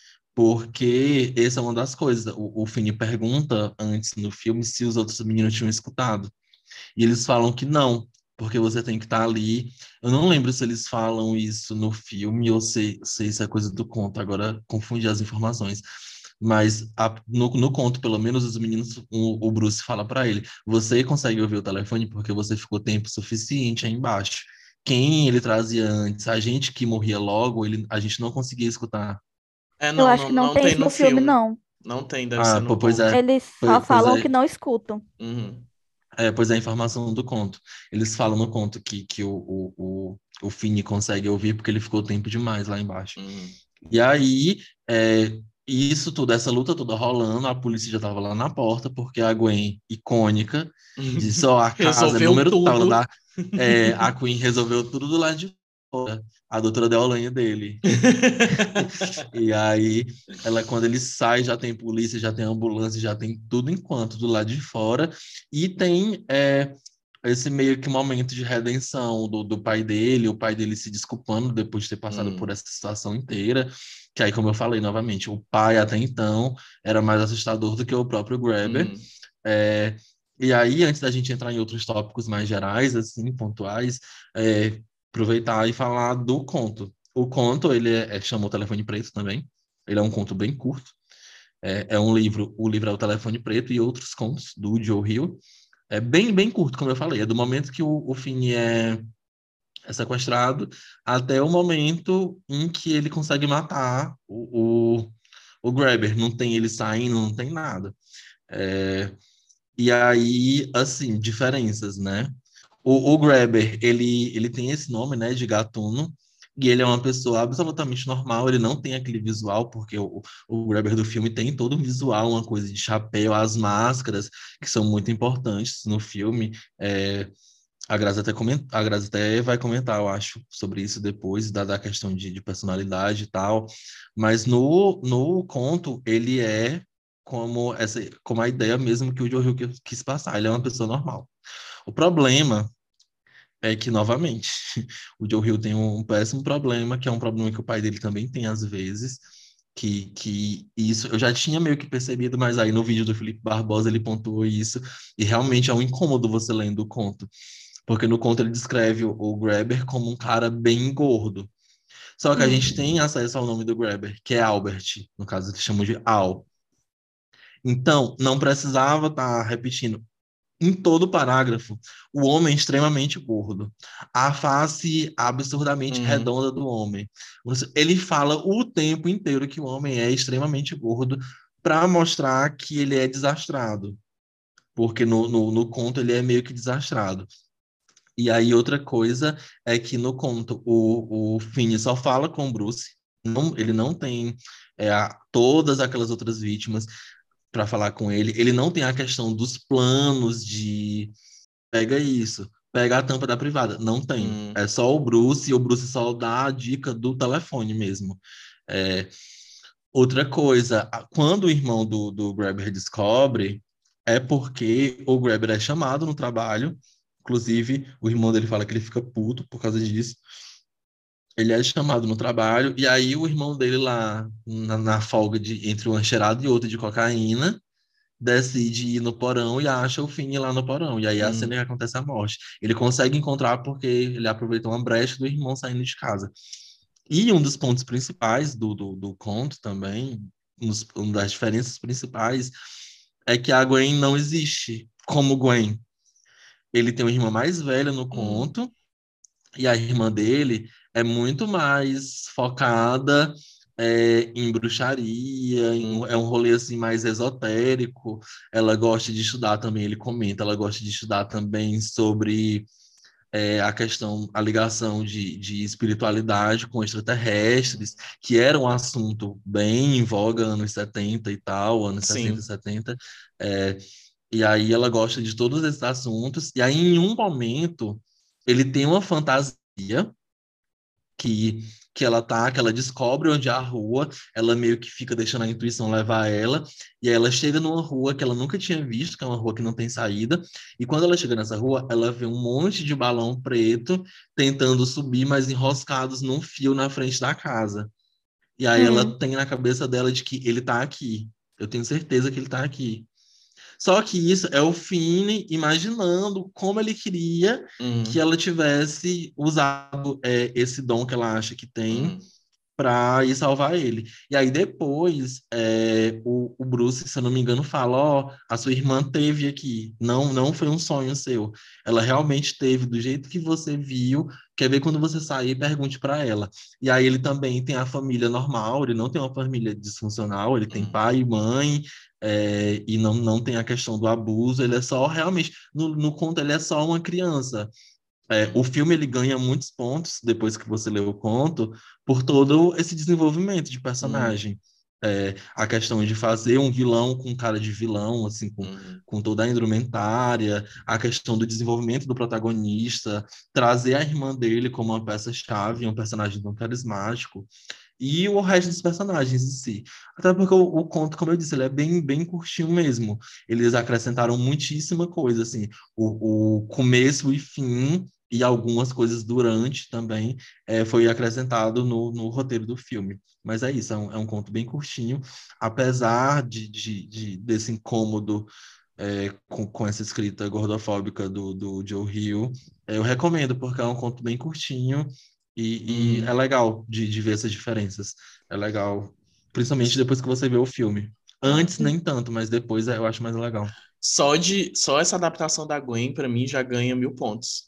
Porque essa é uma das coisas. O Finney pergunta antes no filme se os outros meninos tinham escutado. E eles falam que não, porque você tem que estar ali. Eu não lembro se eles falam isso no filme ou se isso é coisa do conto, agora confundi as informações. Mas no conto, pelo menos, os meninos, o Bruce fala para ele: você consegue ouvir o telefone porque você ficou tempo suficiente aí embaixo. Quem ele trazia antes, a gente que morria logo, a gente não conseguia escutar. Eu Não, acho não, que não não tem tem isso no no filme, filme. não. Não tem, deve ser Ah, no pois conto. é. Eles só Pois falam que é. não escutam. Uhum. Pois é a informação do conto. Eles falam no conto que o Finney consegue ouvir porque ele ficou tempo demais lá embaixo. Uhum. E aí, é, isso tudo, essa luta toda rolando, a polícia já estava lá na porta, porque a Gwen, icônica, disse, ó, a casa é Resolveu número tal, tudo. a Queen resolveu tudo do lado de fora, a doutora Deolane dele. E aí, quando ele sai, já tem polícia, já tem ambulância, já tem tudo enquanto do lado de fora. E tem esse meio que momento de redenção do pai dele, o pai dele se desculpando depois de ter passado por essa situação inteira. Que aí, como eu falei novamente, o pai até então era mais assustador do que o próprio Grabber. É, e aí, antes da gente entrar em outros tópicos mais gerais, assim, pontuais, aproveitar e falar do conto. O conto, ele chama O Telefone Preto também. Ele é um conto bem curto. É um livro, o livro é O Telefone Preto e Outros Contos, do Joe Hill. É bem, bem curto, como eu falei. É do momento que o Finney é sequestrado até o momento em que ele consegue matar o Grabber. Não tem ele saindo, não tem nada. E aí, assim, diferenças, né? O Grabber, ele tem esse nome, né, de gatuno, e ele é uma pessoa absolutamente normal, ele não tem aquele visual, porque o Grabber do filme tem todo um visual, uma coisa de chapéu, as máscaras, que são muito importantes no filme. A Grazi até vai comentar, eu acho, sobre isso depois, da questão de personalidade e tal, mas no conto, ele é como a ideia mesmo que o Joe Hill quis passar. Ele é uma pessoa normal. O problema é que, novamente, o Joe Hill tem um péssimo problema, que é um problema que o pai dele também tem às vezes, que isso eu já tinha meio que percebido, mas aí no vídeo do Felipe Barbosa ele pontuou isso, e realmente é um incômodo você lendo o conto, porque no conto ele descreve o Grabber como um cara bem gordo. Só que a gente tem acesso ao nome do Grabber, que é Albert, no caso eles chamam de Al. Então, não precisava estar repetindo em todo o parágrafo, o homem extremamente gordo, a face absurdamente Uhum. redonda do homem. Ele fala o tempo inteiro que o homem é extremamente gordo para mostrar que ele é desastrado, porque no conto ele é meio que desastrado. E aí outra coisa é que no conto o Finney só fala com o Bruce, ele não tem todas aquelas outras vítimas para falar com ele. Ele não tem a questão dos planos de pega isso, pega a tampa da privada. Não tem. Hum. É só o Bruce e o Bruce só dá a dica do telefone mesmo. É, outra coisa, quando o irmão do Grabber descobre, é porque o Grabber é chamado no trabalho. Inclusive, o irmão dele fala que ele fica puto por causa disso. Ele é chamado no trabalho, e aí o irmão dele lá, na folga entre uma cheirada e outra de cocaína, decide ir no porão e acha o Finn lá no porão. E aí é a cena que acontece a morte. Ele consegue encontrar porque ele aproveitou uma brecha do irmão saindo de casa. E um dos pontos principais do conto também, uma das diferenças principais, é que a Gwen não existe como Gwen. Ele tem uma irmã mais velha no Hum. conto, e a irmã dele é muito mais focada em bruxaria, é um rolê assim mais esotérico. Ela gosta de estudar também, ele comenta, ela gosta de estudar também sobre a ligação de espiritualidade com extraterrestres, que era um assunto bem em voga anos 70 e tal, anos 60 e Sim. 70. É, e aí ela gosta de todos esses assuntos, e aí em um momento ele tem uma fantasia que, que ela descobre onde é a rua, ela meio que fica deixando a intuição levar ela, e aí ela chega numa rua que ela nunca tinha visto, que é uma rua que não tem saída, e quando ela chega nessa rua, ela vê um monte de balão preto tentando subir, mas enroscados num fio na frente da casa. E aí ela Hum. tem na cabeça dela de que ele tá aqui. Eu tenho certeza que ele tá aqui. Só que isso é o Finn imaginando como ele queria que Hum. ela tivesse usado esse dom que ela acha que tem Hum. para ir salvar ele. E aí depois o Bruce, se eu não me engano, fala, ó, a sua irmã teve aqui, não foi um sonho seu. Ela realmente teve do jeito que você viu. Quer ver quando você sair, pergunte para ela. E aí ele também tem a família normal, ele não tem uma família disfuncional, ele tem Hum. pai e mãe, e não tem a questão do abuso, ele é só realmente, no conto, ele é só uma criança. O filme ele ganha muitos pontos depois que você lê o conto por todo esse desenvolvimento de Hum. personagem. A questão de fazer um vilão com cara de vilão, assim, Hum. com toda a indumentária, a questão do desenvolvimento do protagonista, trazer a irmã dele como uma peça-chave, um personagem tão carismático, e o resto dos personagens em si. Até porque o conto, como eu disse, ele é bem curtinho mesmo. Eles acrescentaram muitíssima coisa, assim, o começo e fim e algumas coisas durante também foi acrescentado no roteiro do filme. Mas é isso, é um conto bem curtinho, apesar desse incômodo com essa escrita gordofóbica do Joe Hill. Eu recomendo, porque é um conto bem curtinho e é Hum. legal de ver essas diferenças. É legal, principalmente depois que você vê o filme. Ah, Antes nem tanto, mas depois eu acho mais legal. só essa adaptação da Gwen, pra mim, já ganha 1.000 pontos.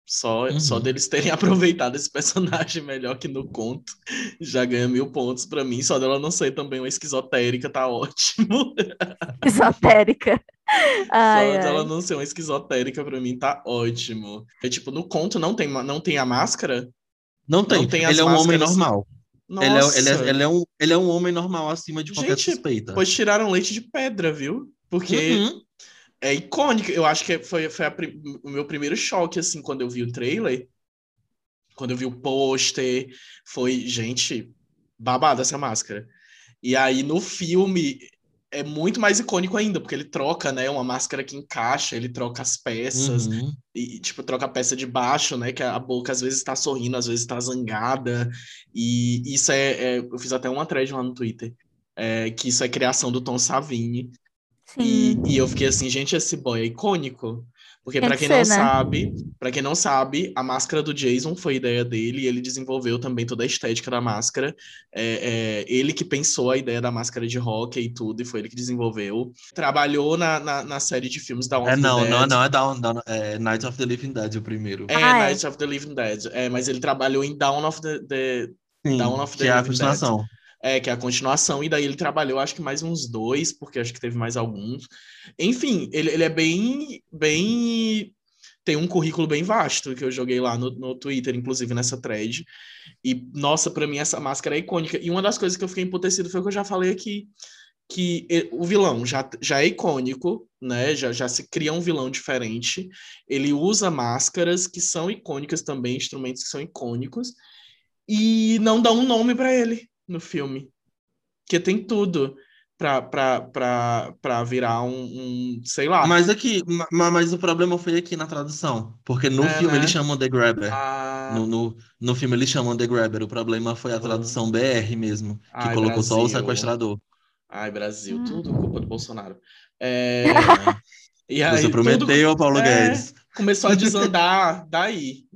Só Uhum. deles terem aproveitado esse personagem melhor que no conto, já ganha 1.000 pontos pra mim. Só dela não ser também uma esquizotérica, tá ótimo. Esotérica. Ai, Só dela ai. não ser uma esquizotérica, pra mim, tá ótimo. É tipo, no conto não tem a máscara? Não Não tem. tem as Ele é um homem máscaras. normal. Nossa. Ele é um homem normal acima de qualquer Gente, suspeita. pois tiraram leite de pedra, viu? Porque Uhum. é icônico. Eu acho que foi o meu primeiro choque, assim, quando eu vi o trailer. Quando eu vi o pôster, foi, gente, babada essa máscara. E aí no filme é muito mais icônico ainda, porque ele troca, né, uma máscara que encaixa, ele troca as peças, Uhum. e, tipo, troca a peça de baixo, né, que a boca às vezes tá sorrindo, às vezes tá zangada, e isso eu fiz até uma thread lá no Twitter, que isso é criação do Tom Savini, Sim, e eu fiquei assim, gente, esse boy é icônico. Porque tem pra que quem não ser, né? sabe, para quem não sabe, a máscara do Jason foi ideia dele e ele desenvolveu também toda a estética da máscara. Ele que pensou a ideia da máscara de hockey e tudo, e foi ele que desenvolveu. Trabalhou na série de filmes Dawn of the Dead. Não, é Night of the Living Dead o primeiro. Ah, é. Night of the Living Dead. Mas ele trabalhou em Dawn Sim, of the que é a Living Dead. continuação. Que é a continuação, e daí ele trabalhou acho que mais uns dois, porque acho que teve mais alguns. Enfim, ele é bem. Tem um currículo bem vasto que eu joguei lá no Twitter, inclusive nessa thread. E, nossa, pra mim essa máscara é icônica. E uma das coisas que eu fiquei emputecido foi o que eu já falei aqui, que o vilão já é icônico, né? Já se cria um vilão diferente. Ele usa máscaras que são icônicas também, instrumentos que são icônicos, e não dá um nome pra ele no filme. Porque tem tudo pra virar sei lá. Mas aqui, mas o problema foi aqui na tradução. Porque no filme eles Né? chamam The Grabber. Ah, No filme eles chamam The Grabber. O problema foi a uhum. tradução BR mesmo, que Ai, colocou só o Brasil. sequestrador. Ai, Brasil. Tudo Hum. culpa do Bolsonaro. É, É. E Você aí, prometeu, Paulo Guedes. começou a desandar daí.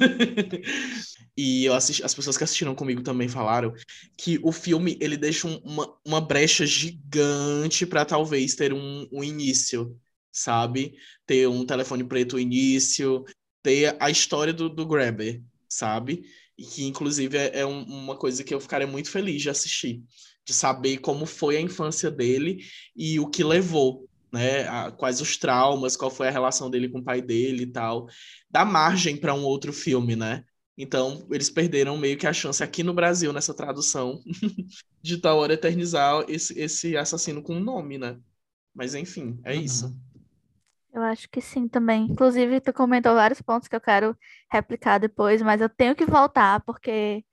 E as pessoas que assistiram comigo também falaram que o filme ele deixa uma brecha gigante para talvez ter um início, sabe? Ter um telefone preto início, ter a história do Grabber, sabe? E que inclusive uma coisa que eu ficaria muito feliz de assistir, de saber como foi a infância dele e o que levou, né? Quais os traumas, qual foi a relação dele com o pai dele e tal. Dá margem para um outro filme, né? Então, eles perderam meio que a chance aqui no Brasil, nessa tradução, de tal hora eternizar esse assassino com um nome, né? Mas enfim, é isso. Uhum. Eu acho que sim também. Inclusive, tu comentou vários pontos que eu quero replicar depois, mas eu tenho que voltar, porque,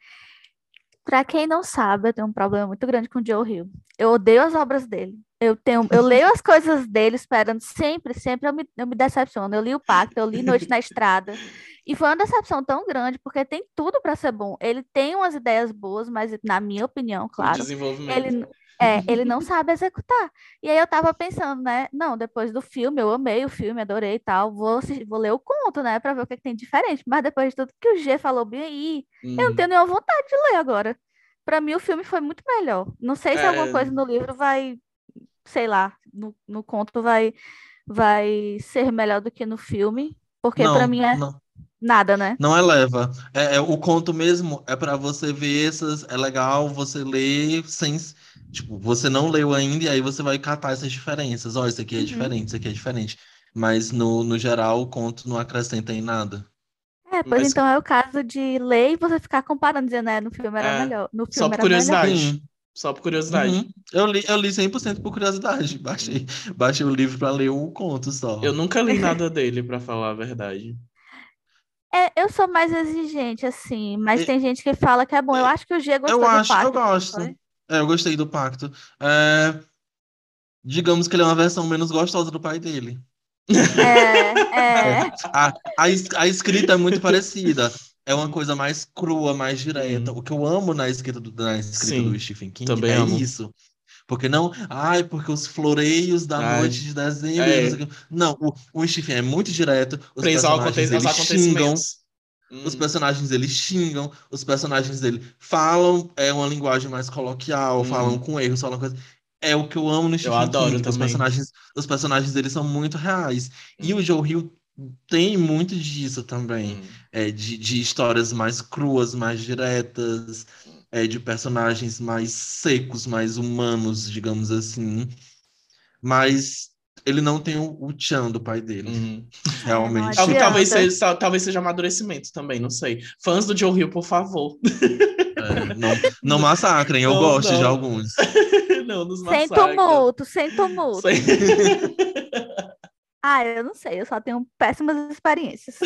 pra quem não sabe, eu tenho um problema muito grande com o Joe Hill. Eu odeio as obras dele. Eu leio as coisas dele esperando sempre eu me decepciono. Eu li o Pacto, eu li Noite na Estrada, e foi uma decepção tão grande, porque tem tudo pra ser bom. Ele tem umas ideias boas, mas na minha opinião, O claro, desenvolvimento. ele ele não sabe executar. E aí eu tava pensando, né? Não, depois do filme, eu amei o filme, adorei e tal. Vou ler o conto, né? Pra ver o que, que tem de diferente. Mas depois de tudo que o G falou bem aí, eu não tenho Uhum. nenhuma vontade de ler agora. Pra mim, o filme foi muito melhor. Não sei se alguma É, coisa no livro vai, sei lá, no conto vai ser melhor do que no filme. Porque pra Não, mim é não. nada, né? Não eleva. O conto mesmo é para você ver essas. É legal você ler sem. Tipo, você não leu ainda e aí você vai catar essas diferenças. Ó, isso aqui é Uhum. diferente, isso aqui é diferente. Mas no geral, o conto não acrescenta em nada. É, pois mas então é o caso de ler e você ficar comparando, dizendo, né, no filme era é, melhor. No só filme por era melhor. curiosidade. Sim. Só por curiosidade. Uhum. Eu li 100% por curiosidade. Baixei, Hum. baixei o livro para ler o conto Eu só. nunca li nada dele, pra falar a verdade. É, eu sou mais exigente, assim, mas E- tem gente que fala que é bom. Eu e- acho que o G Eu gostou de acho, eu Pacto, não gosto. foi? Eu gostei do pacto. É, digamos que ele é uma versão menos gostosa do pai dele. É, É, é. a escrita é muito parecida. É uma coisa mais crua, mais direta. O Uhum. que eu amo na escrita do Sim, Stephen King também é amo. isso. Porque não, ai, porque os floreios da noite Ai, de dezembro, e não sei é, o quê. Não, o Stephen é muito direto, os preso personagens aos eles xingam, acontecimentos. os Uhum. personagens eles xingam, os personagens dele falam uma linguagem mais coloquial, falam Uhum. com erros, falam coisa. É o que eu amo no Eu Stephen adoro King. também. Os personagens deles são muito reais. E o Uhum. Joe Hill tem muito disso também, Uhum. de histórias mais cruas, mais diretas, de personagens mais secos, mais humanos, digamos assim. Mas ele não tem o Chan do pai dele, Uhum. É, não realmente. adianta. Talvez seja amadurecimento também, não sei. Fãs do Joe Hill, por favor. Não Não, massacrem, eu não, gosto de não, alguns. não nos Sem massacram. tumulto, sem tumulto. Sem- Ah, eu não sei, eu só tenho péssimas experiências.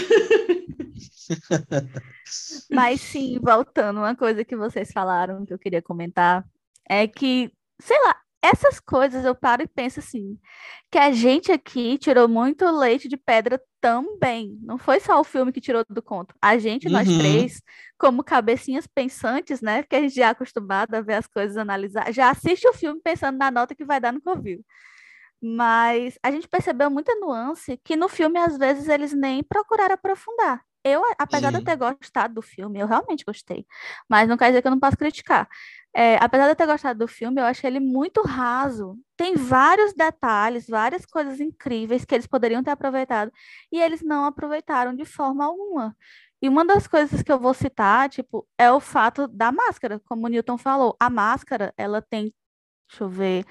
Mas sim, voltando, uma coisa que vocês falaram que eu queria comentar é que, sei lá, essas coisas eu paro e penso assim, que a gente aqui tirou muito leite de pedra também. Não foi só o filme que tirou do conto. A gente, nós Uhum. três, como cabecinhas pensantes, né? Porque a gente já é acostumado a ver as coisas, analisar, já assiste o filme pensando na nota que vai dar no Covil. Mas a gente percebeu muita nuance que no filme, às vezes, eles nem procuraram aprofundar. Eu, apesar de eu ter Sim. gostado do filme, eu realmente gostei. Mas não quer dizer que eu não posso criticar. Apesar de eu ter gostado do filme, eu achei ele muito raso. Tem vários detalhes, várias coisas incríveis que eles poderiam ter aproveitado e eles não aproveitaram de forma alguma. E uma das coisas que eu vou citar, tipo, é o fato da máscara, como o Newton falou. A máscara, ela tem, deixa eu ver,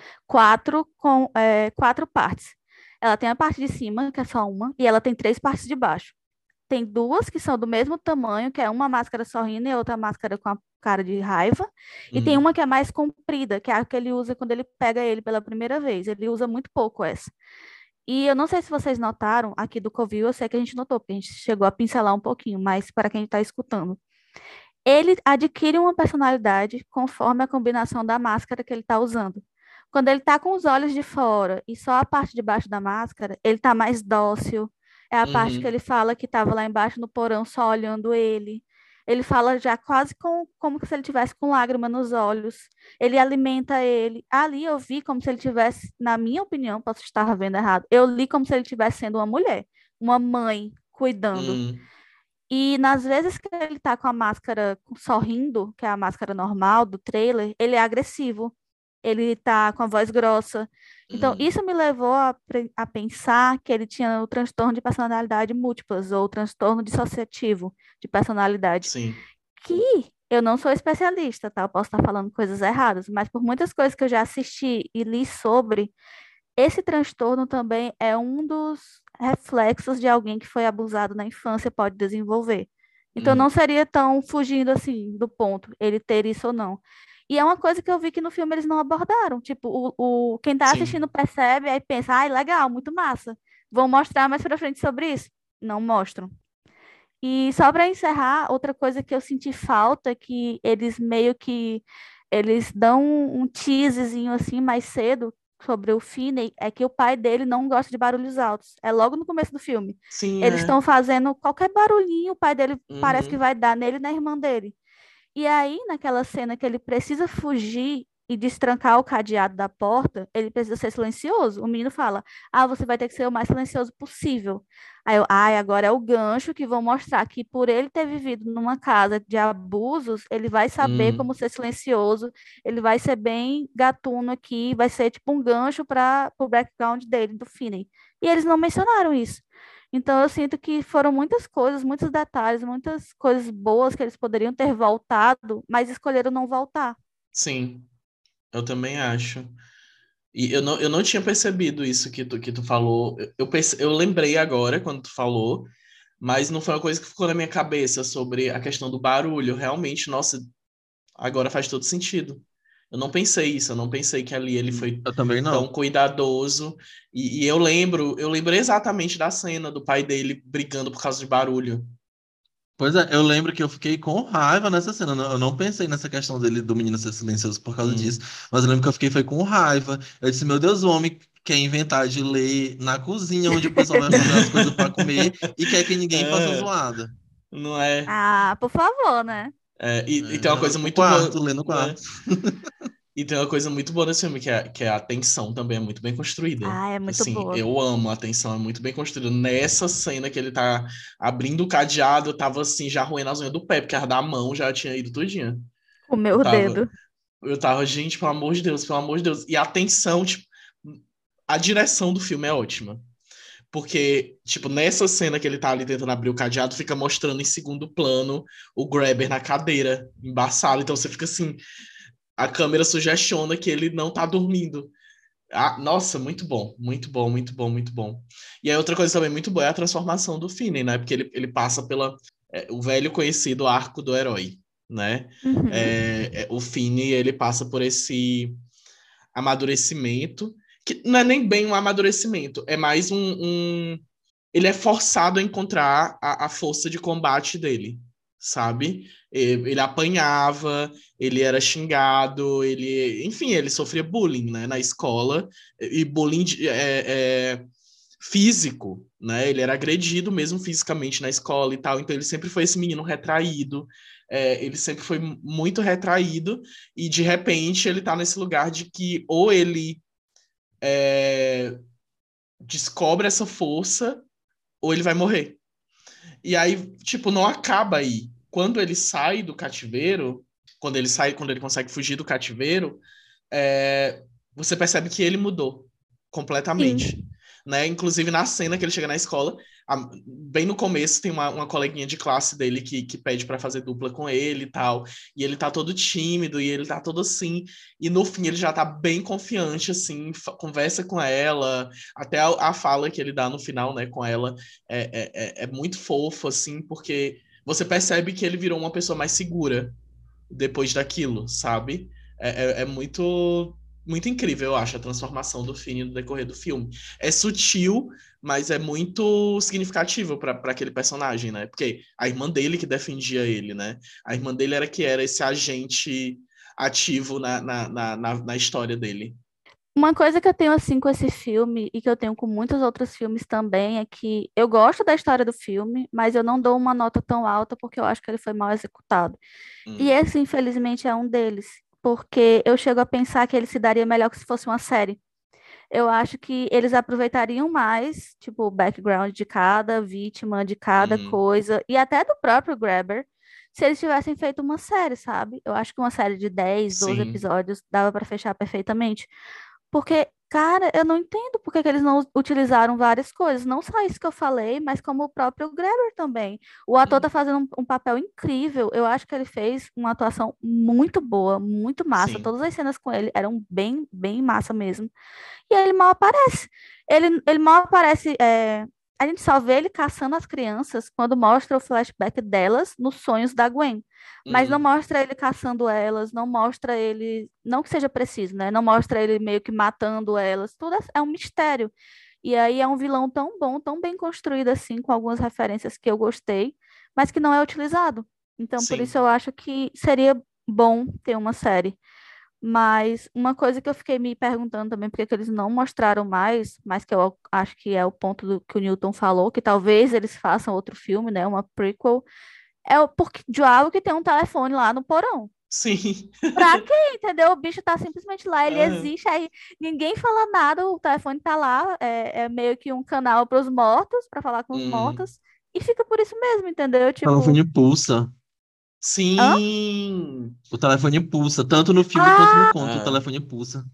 quatro partes. Ela tem a parte de cima, que é só uma, e ela tem três partes de baixo. Tem duas que são do mesmo tamanho, que é uma máscara sorrindo e outra máscara com a cara de raiva. E tem Uhum. uma que é mais comprida, que é a que ele usa quando ele pega ele pela primeira vez. Ele usa muito pouco essa. E eu não sei se vocês notaram, aqui do Covil, eu sei que a gente notou, porque a gente chegou a pincelar um pouquinho, mas para quem está escutando. Ele adquire uma personalidade conforme a combinação da máscara que ele está usando. Quando ele está com os olhos de fora e só a parte de baixo da máscara, ele está mais dócil. É a parte que Uhum. ele fala que estava lá embaixo no porão só olhando ele. Ele fala já quase como se ele tivesse com lágrima nos olhos. Ele alimenta ele. Ali eu vi como se ele tivesse, na minha opinião, posso estar vendo errado, eu li como se ele estivesse sendo uma mulher, uma mãe cuidando. Uhum. E nas vezes que ele tá com a máscara sorrindo, que é a máscara normal do trailer, ele é agressivo. Ele tá com a voz grossa. Então, Uhum. isso me levou a pensar que ele tinha o transtorno de personalidade múltiplas, ou o transtorno dissociativo de personalidade. Sim. Que eu não sou especialista, tá? Eu posso estar falando coisas erradas, mas por muitas coisas que eu já assisti e li sobre, esse transtorno também é um dos reflexos de alguém que foi abusado na infância pode desenvolver. Então Uhum. não seria tão fugindo assim do ponto, ele ter isso ou não. E é uma coisa que eu vi que no filme eles não abordaram. Tipo, quem tá Sim. assistindo percebe, aí pensa, ai, legal, muito massa. Vão mostrar mais pra frente sobre isso. Não mostram. E só para encerrar, outra coisa que eu senti falta é que eles meio que eles dão um teaserzinho assim mais cedo sobre o Finney, é que o pai dele não gosta de barulhos altos. É logo no começo do filme. Sim, Eles é. estão fazendo qualquer barulhinho, o pai dele parece que Uhum. vai dar nele e na irmã dele. E aí, naquela cena que ele precisa fugir e destrancar o cadeado da porta, ele precisa ser silencioso. O menino fala: Ah, você vai ter que ser o mais silencioso possível. Aí eu, ai, agora é o gancho que vão mostrar que por ele ter vivido numa casa de abusos, ele vai saber Uhum. como ser silencioso, ele vai ser bem gatuno aqui, vai ser tipo um gancho para o background dele, do Finney. E eles não mencionaram isso. Então eu sinto que foram muitas coisas, muitos detalhes, muitas coisas boas que eles poderiam ter voltado, mas escolheram não voltar. Sim, eu também acho. E eu não tinha percebido isso que tu falou. Eu lembrei agora quando tu falou, mas não foi uma coisa que ficou na minha cabeça sobre a questão do barulho. Realmente, nossa, agora faz todo sentido. Eu não pensei isso, eu não pensei que ali ele foi Eu também tão não. cuidadoso. E eu lembro exatamente da cena do pai dele brigando por causa de barulho. Pois é, eu lembro que eu fiquei com raiva nessa cena. Eu não pensei nessa questão dele, do menino ser silencioso por causa disso. Hum. Mas eu lembro que eu fiquei foi com raiva. Eu disse, meu Deus, o homem quer inventar de ler na cozinha, onde o pessoal vai fazer as coisas para comer, e quer que ninguém faça É, zoada. não é? Ah, por favor, né? E tem uma Ela coisa no muito boa, quarto, lê no né? quarto. E tem uma coisa muito boa nesse filme, que é a tensão também é muito bem construída. Ah, é muito Assim, boa. eu amo a tensão, é muito bem construída. Nessa cena que ele tá abrindo o cadeado, eu tava assim, já roendo as unhas do pé, porque a da mão já tinha ido tudinha. O Eu meu tava, dedo. eu tava, gente, pelo amor de Deus, pelo amor de Deus. E a tensão, tipo, a direção do filme é ótima. Porque, tipo, nessa cena que ele tá ali tentando abrir o cadeado, fica mostrando em segundo plano o Grabber na cadeira, embaçado. Então você fica assim, a câmera sugestiona que ele não tá dormindo. Ah, nossa, muito bom, muito bom, muito bom, muito bom. E aí outra coisa também muito boa é a transformação do Finney, né? Porque ele passa pela o velho conhecido arco do herói, né? Uhum. O Finney, ele passa por esse amadurecimento, que não é nem bem um amadurecimento, é mais ele é forçado a encontrar a força de combate dele, sabe? Ele apanhava, ele era xingado, enfim, ele sofria bullying, né, na escola, e bullying físico, né? Ele era agredido mesmo fisicamente na escola e tal, então ele sempre foi esse menino retraído, ele sempre foi muito retraído, e de repente ele tá nesse lugar de que ou ele descobre essa força, ou ele vai morrer. E aí, tipo, não acaba aí. Quando ele sai do cativeiro, quando ele consegue fugir do cativeiro, você percebe que ele mudou completamente. Sim. Né? Inclusive, na cena que ele chega na escola, bem no começo, tem uma coleguinha de classe dele que pede para fazer dupla com ele e tal. E ele tá todo tímido, e ele tá todo assim. E no fim, ele já tá bem confiante, assim, conversa com ela. Até a fala que ele dá no final, né, com ela é muito fofo, assim, porque você percebe que ele virou uma pessoa mais segura depois daquilo, sabe? É muito, muito incrível, eu acho, a transformação do Finn no decorrer do filme. É sutil, mas é muito significativo para aquele personagem, né? Porque a irmã dele que defendia ele, né? A irmã dele era que era esse agente ativo na história dele. Uma coisa que eu tenho assim com esse filme e que eu tenho com muitos outros filmes também é que eu gosto da história do filme, mas eu não dou uma nota tão alta porque eu acho que ele foi mal executado. E Hum, esse, infelizmente, é um deles, porque eu chego a pensar que ele se daria melhor que se fosse uma série. Eu acho que eles aproveitariam mais, tipo, o background de cada vítima, de cada uhum. coisa, e até do próprio Grabber, se eles tivessem feito uma série, sabe? Eu acho que uma série de 10, 12 Sim, episódios dava para fechar perfeitamente. Porque, cara, eu não entendo por que que eles não utilizaram várias coisas. Não só isso que eu falei, mas como o próprio Greber também. O ator tá hum, fazendo um papel incrível. Eu acho que ele fez uma atuação muito boa, muito massa. sim, Todas as cenas com ele eram bem, bem massa mesmo. E ele mal aparece. Ele mal aparece. A gente só vê ele caçando as crianças quando mostra o flashback delas nos sonhos da Gwen. Mas não hum, mostra ele caçando elas, não mostra ele. Não que seja preciso, né? Não mostra ele meio que matando elas. Tudo é um mistério. E aí é um vilão tão bom, tão bem construído assim, com algumas referências que eu gostei, mas que não é utilizado. Então, por isso sim. eu acho que seria bom ter uma série. Mas uma coisa que eu fiquei me perguntando também, porque que eles não mostraram mais, mas que eu acho que é o ponto que o Newton falou, que talvez eles façam outro filme, né, uma prequel, é o porque Joao que tem um telefone lá no porão. Sim. Pra quê, entendeu? O bicho tá simplesmente lá, ele Ah, existe, aí ninguém fala nada, o telefone tá lá, é meio que um canal para os mortos, para falar com os hum. mortos, e fica por isso mesmo, entendeu? O Tipo, telefone pulsa. hã? Sim. O telefone pulsa. Tanto no filme quanto no Ah, conto, o Ah. telefone pulsa.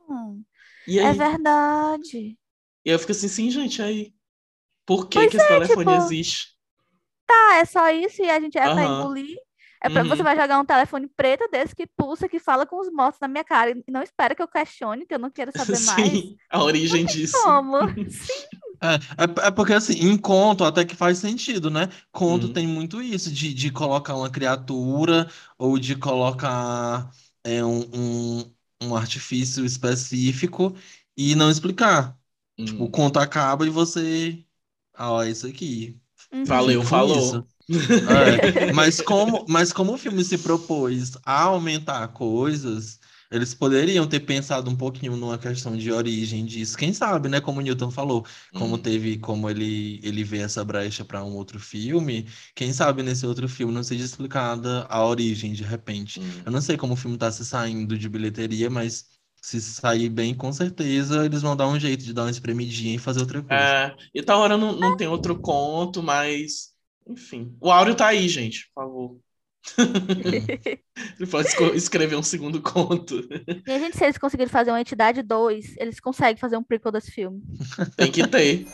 E é aí? verdade. E eu fico assim, sim, gente, aí. Por que Pois que esse é, telefone tipo. existe? Ah, é só isso e a gente é pra Aham. engolir. É pra você Uhum. vai jogar um telefone preto desse que pulsa, que fala com os mortos na minha cara e não espera que eu questione, que eu não quero saber mais. Sim, a origem disso. Como? Sim. É porque, assim, em conto até que faz sentido, né? Conto Hum, tem muito isso, de colocar uma criatura ou de colocar um artifício específico e não explicar. Tipo, o hum. conto acaba e você. Ah, ó, é isso aqui. Uhum. Valeu, Fique com falou. isso. Mas como o filme se propôs a aumentar coisas, eles poderiam ter pensado um pouquinho numa questão de origem disso. Quem sabe, né? Como o Newton falou, Hum, como ele vê essa brecha para um outro filme, quem sabe nesse outro filme não seja explicada a origem de repente. hum. Eu não sei como o filme está se saindo de bilheteria, mas se sair bem, com certeza eles vão dar um jeito de dar uma espremidinha e fazer outra coisa. E tal hora não tem outro conto, mas. Enfim. O áudio tá aí, gente, por favor. Hum. Ele pode escrever um segundo conto. Minha gente, se eles conseguirem fazer uma Entidade 2, eles conseguem fazer um prequel desse filme. Tem que ter.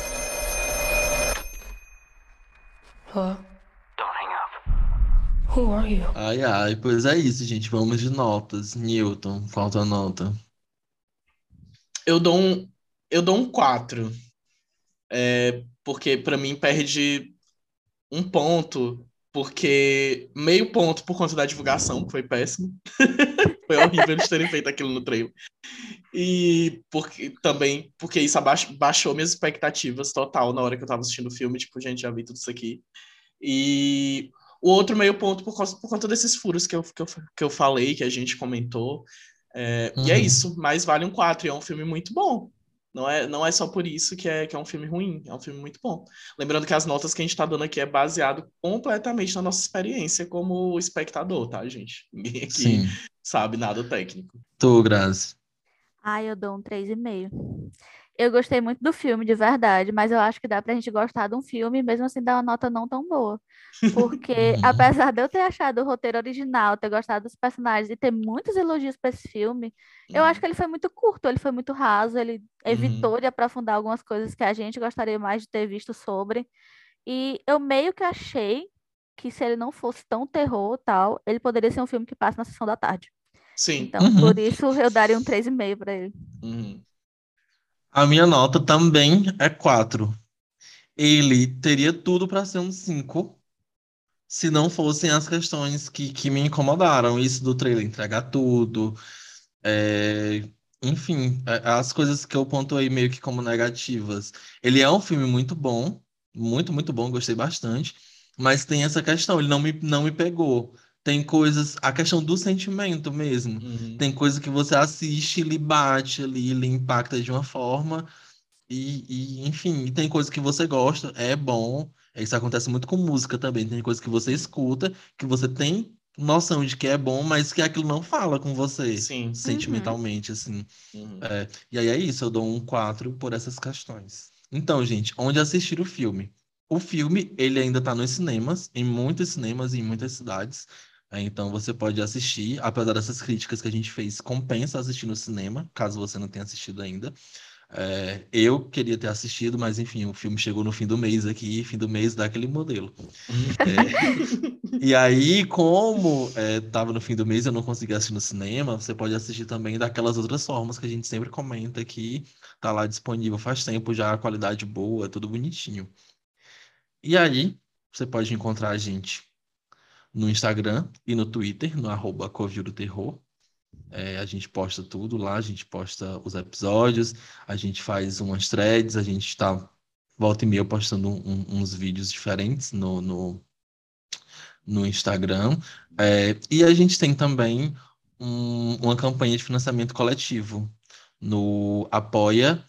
Hello? Don't hang up. Who are you? Ai, ai, pois é isso, gente. Vamos de notas. Newton, qual a tua nota? Eu dou um, eu dou um 4. Porque pra mim perde um ponto. Porque meio ponto por conta da divulgação, que foi péssimo. Foi horrível eles terem feito aquilo no trailer. E porque isso baixou minhas expectativas total na hora que eu tava assistindo o filme. Tipo, gente, já vi tudo isso aqui. E O outro meio ponto por conta desses furos que eu falei, que a gente comentou. E é isso, mas vale um 4, e é um filme muito bom. Não é só por isso que é um filme ruim, é um filme muito bom. Lembrando que as notas que a gente tá dando aqui é baseado completamente na nossa experiência como espectador, tá, gente? Ninguém aqui Sim. sabe nada técnico. Tu, Grazi. Ai, eu dou um 3,5. Eu gostei muito do filme, de verdade, mas eu acho que dá pra gente gostar de um filme e mesmo assim dar uma nota não tão boa. Porque, Uhum. apesar de eu ter achado o roteiro original, ter gostado dos personagens e ter muitos elogios pra esse filme, eu acho Uhum, que ele foi muito curto, ele foi muito raso, ele uhum, evitou de aprofundar algumas coisas que a gente gostaria mais de ter visto sobre. E eu meio que achei que se ele não fosse tão terror e tal, ele poderia ser um filme que passa na sessão da tarde. sim. Então, por Uhum. isso, eu daria um 3,5 pra ele. Uhum, A minha nota também é 4. Ele teria tudo para ser um 5 se não fossem as questões que me incomodaram. Isso do trailer entregar tudo. é, Enfim, as coisas que eu pontuei meio que como negativas. Ele é um filme muito bom. Muito, muito bom. Gostei bastante. Mas tem essa questão. Ele não me pegou. Tem coisas. A questão do sentimento mesmo. uhum, Tem coisa que você assiste, ele bate ali, ele impacta de uma forma. Enfim, tem coisa que você gosta, é bom. Isso acontece muito com música também. Tem coisa que você uhum. escuta, que você tem noção de que é bom, mas que aquilo não fala com você Sim. Uhum. sentimentalmente, assim. Uhum. E aí é isso, eu dou um 4 por essas questões. Então, gente, onde assistir o filme? O filme, ele ainda tá nos cinemas, em muitos cinemas e em muitas cidades. Então você pode assistir, apesar dessas críticas que a gente fez, compensa assistir no cinema, caso você não tenha assistido ainda. Eu queria ter assistido, mas enfim, o filme chegou no fim do mês aqui, fim do mês daquele modelo. É, e aí, como tava no fim do mês, eu não consegui assistir no cinema, você pode assistir também daquelas outras formas que a gente sempre comenta que tá lá disponível faz tempo já, a qualidade boa, tudo bonitinho. E aí, você pode encontrar a gente no Instagram e no Twitter, no @Covil do Terror. A gente posta tudo lá, a gente posta os episódios, a gente faz umas threads, a gente está volta e meia postando uns vídeos diferentes no Instagram. E a gente tem também uma campanha de financiamento coletivo no apoia,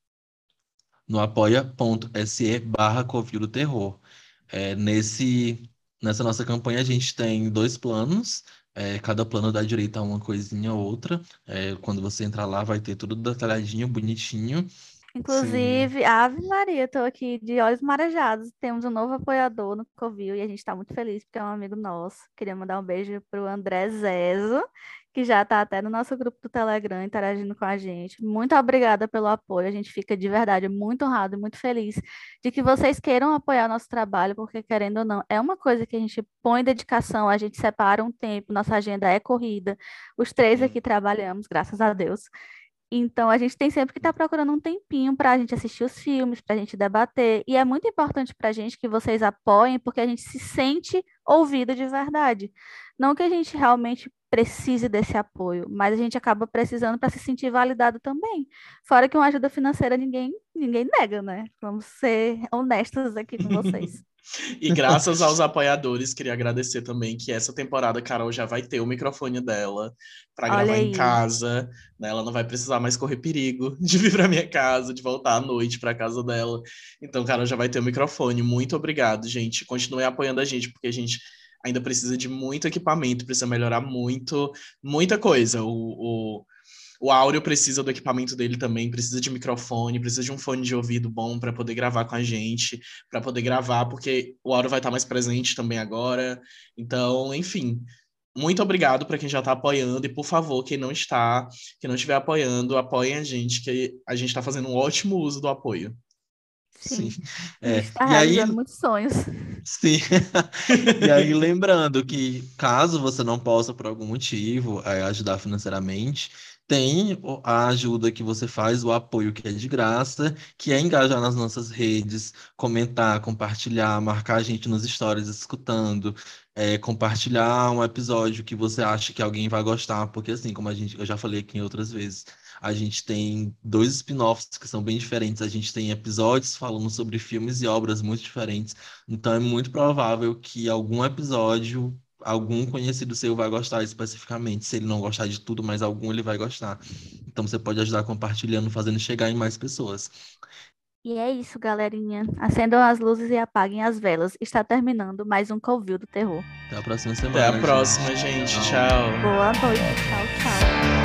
no apoia.se/Covil do Terror. Nessa nossa campanha, a gente tem dois planos. Cada plano dá direito a uma coisinha ou outra. Quando você entrar lá, vai ter tudo detalhadinho, bonitinho. Sim. Inclusive, Ave Maria, estou aqui de olhos marejados. Temos um novo apoiador no Covil e a gente está muito feliz porque é um amigo nosso. Queria mandar um beijo para o André Zezo, que já está até no nosso grupo do Telegram interagindo com a gente. Muito obrigada pelo apoio. A gente fica de verdade muito honrado e muito feliz de que vocês queiram apoiar nosso trabalho, porque querendo ou não, é uma coisa que a gente põe dedicação, a gente separa um tempo, nossa agenda é corrida. Os três Sim. aqui trabalhamos, graças a Deus. Então, a gente tem sempre que estar procurando um tempinho para a gente assistir os filmes, para a gente debater. E é muito importante para a gente que vocês apoiem, porque a gente se sente ouvido de verdade. Não que a gente realmente precise desse apoio, mas a gente acaba precisando para se sentir validado também. Fora que uma ajuda financeira ninguém nega, né? Vamos ser honestos aqui com vocês. E graças aos apoiadores, queria agradecer também que essa temporada a Carol já vai ter o microfone dela para Olha gravar em aí. casa, né? Ela não vai precisar mais correr perigo de vir para minha casa, de voltar à noite para casa dela. Então, Carol já vai ter o microfone. Muito obrigado, gente. Continue apoiando a gente, porque a gente ainda precisa de muito equipamento, precisa melhorar muito, muita coisa. O Áureo precisa do equipamento dele também, precisa de microfone, precisa de um fone de ouvido bom para poder gravar com a gente, para poder gravar, porque o Áureo vai estar mais presente também agora. Então, enfim, muito obrigado para quem já está apoiando e, por favor, quem não estiver apoiando, apoiem a gente, que a gente está fazendo um ótimo uso do apoio. Sim. Sim, a gente está E aí, realizando muitos sonhos. sim. E aí, lembrando que caso você não possa, por algum motivo, ajudar financeiramente, Tem a ajuda que você faz, o apoio que é de graça, que é engajar nas nossas redes, comentar, compartilhar, marcar a gente nos stories escutando, compartilhar um episódio que você acha que alguém vai gostar, porque assim, como eu já falei aqui em outras vezes, a gente tem dois spin-offs que são bem diferentes, a gente tem episódios falando sobre filmes e obras muito diferentes, então é muito provável que algum episódio algum conhecido seu vai gostar especificamente. Se ele não gostar de tudo, mas algum ele vai gostar. Então você pode ajudar compartilhando, fazendo chegar em mais pessoas. E é isso, galerinha. Acendam as luzes e apaguem as velas. Está terminando mais um Covil do Terror. Até a próxima Até a semana, próxima, gente. gente. Tchau. Tchau. Boa noite. Tchau, tchau.